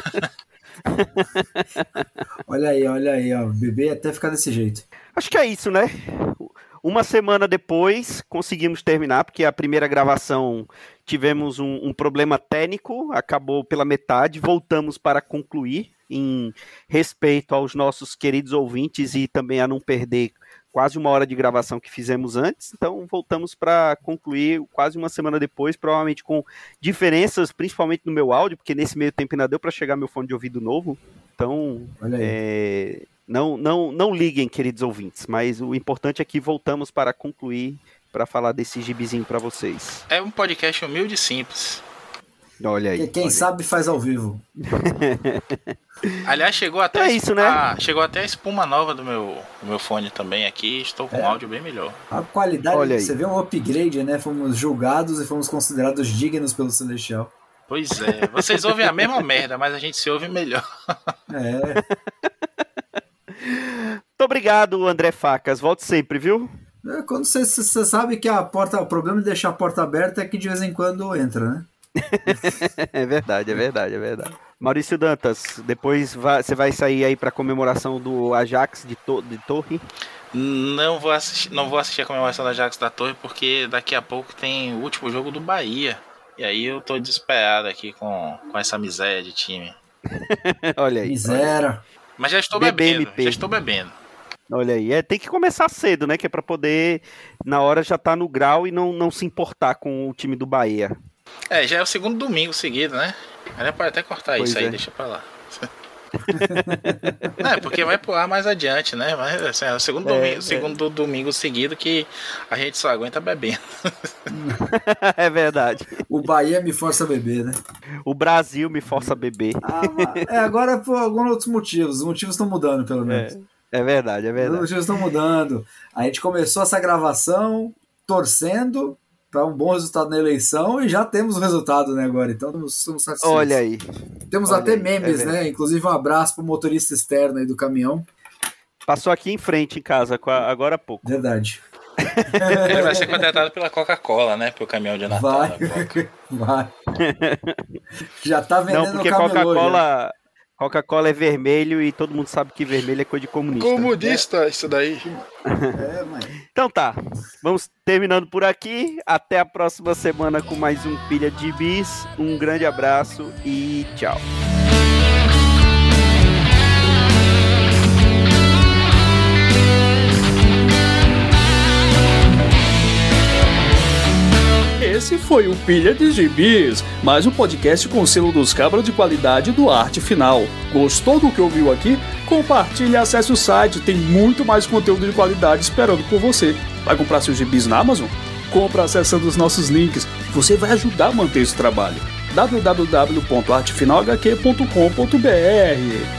Olha aí, olha aí, ó. O bebê até ficar desse jeito. Acho que é isso, né? Uma semana depois conseguimos terminar, porque a primeira gravação tivemos um, um problema técnico, acabou pela metade, voltamos para concluir em respeito aos nossos queridos ouvintes e também a não perder quase uma hora de gravação que fizemos antes, então voltamos para concluir quase uma semana depois, provavelmente com diferenças, principalmente no meu áudio, porque nesse meio tempo ainda deu para chegar meu fone de ouvido novo, então é, não, não, não liguem, queridos ouvintes, mas o importante é que voltamos para concluir, para falar desse gibizinho para vocês. É um podcast humilde e simples. Olha aí. Quem olha sabe aí. faz ao vivo. Aliás, chegou até, é isso, né? a, chegou até a espuma nova do meu, do meu fone também aqui. Estou com é. um áudio bem melhor. A qualidade, Olha você aí. vê um upgrade, né? Fomos julgados e fomos considerados dignos pelo Celestial. Pois é, vocês ouvem a mesma merda, mas a gente se ouve melhor. É. Muito obrigado, André Facas. Volte sempre, viu? É, quando você, você sabe que a porta, o problema de deixar a porta aberta é que de vez em quando entra, né? É verdade, é verdade, é verdade. Maurício Dantas, depois vai, você vai sair aí para comemoração do Ajax de, to, de Torre? Não vou, assistir, não vou assistir a comemoração da Ajax da Torre, porque daqui a pouco tem o último jogo do Bahia. E aí eu tô desesperado aqui com, com essa miséria de time. Olha aí. Miséria. Olha. Mas já estou B B bebendo, M P. já estou bebendo. Olha aí, é, tem que começar cedo, né? Que é para poder, na hora, já tá no grau e não, não se importar com o time do Bahia. É, já é o segundo domingo seguido, né? Ela pode até cortar pois isso aí, é. Deixa pra lá. Não, é porque vai pro ar mais adiante, né? Mas assim, é o segundo, é, domingo, é. segundo domingo seguido que a gente só aguenta bebendo. É verdade. O Bahia me força a beber, né? O Brasil me força a beber. Ah, é, agora por alguns outros motivos. Os motivos estão mudando, pelo menos. É, é verdade, é verdade. Os motivos estão mudando. A gente começou essa gravação torcendo para um bom resultado na eleição e já temos o resultado, né, agora, então estamos satisfeitos. Olha aí. Temos Olha até aí, memes, é né, inclusive um abraço pro motorista externo aí do caminhão. Passou aqui em frente em casa, agora há pouco. Verdade. Ele vai ser contratado pela Coca-Cola, né, pro caminhão de Natal. Vai, vai. Já tá vendendo. Não, porque Coca-Cola... Coca-Cola é vermelho e todo mundo sabe que vermelho é coisa de comunista. Comunista, é. Isso daí. É, mãe. Então tá, vamos terminando por aqui. Até a próxima semana com mais um Pilha de Bis. Um grande abraço e tchau. Esse foi o Pilha de Gibis, mais um podcast com o selo dos cabras de qualidade do Arte Final. Gostou do que ouviu aqui? Compartilhe e acesse o site, tem muito mais conteúdo de qualidade esperando por você. Vai comprar seus gibis na Amazon? Compra acessando os nossos links, você vai ajudar a manter esse trabalho. w w w ponto arte final h q ponto com ponto b r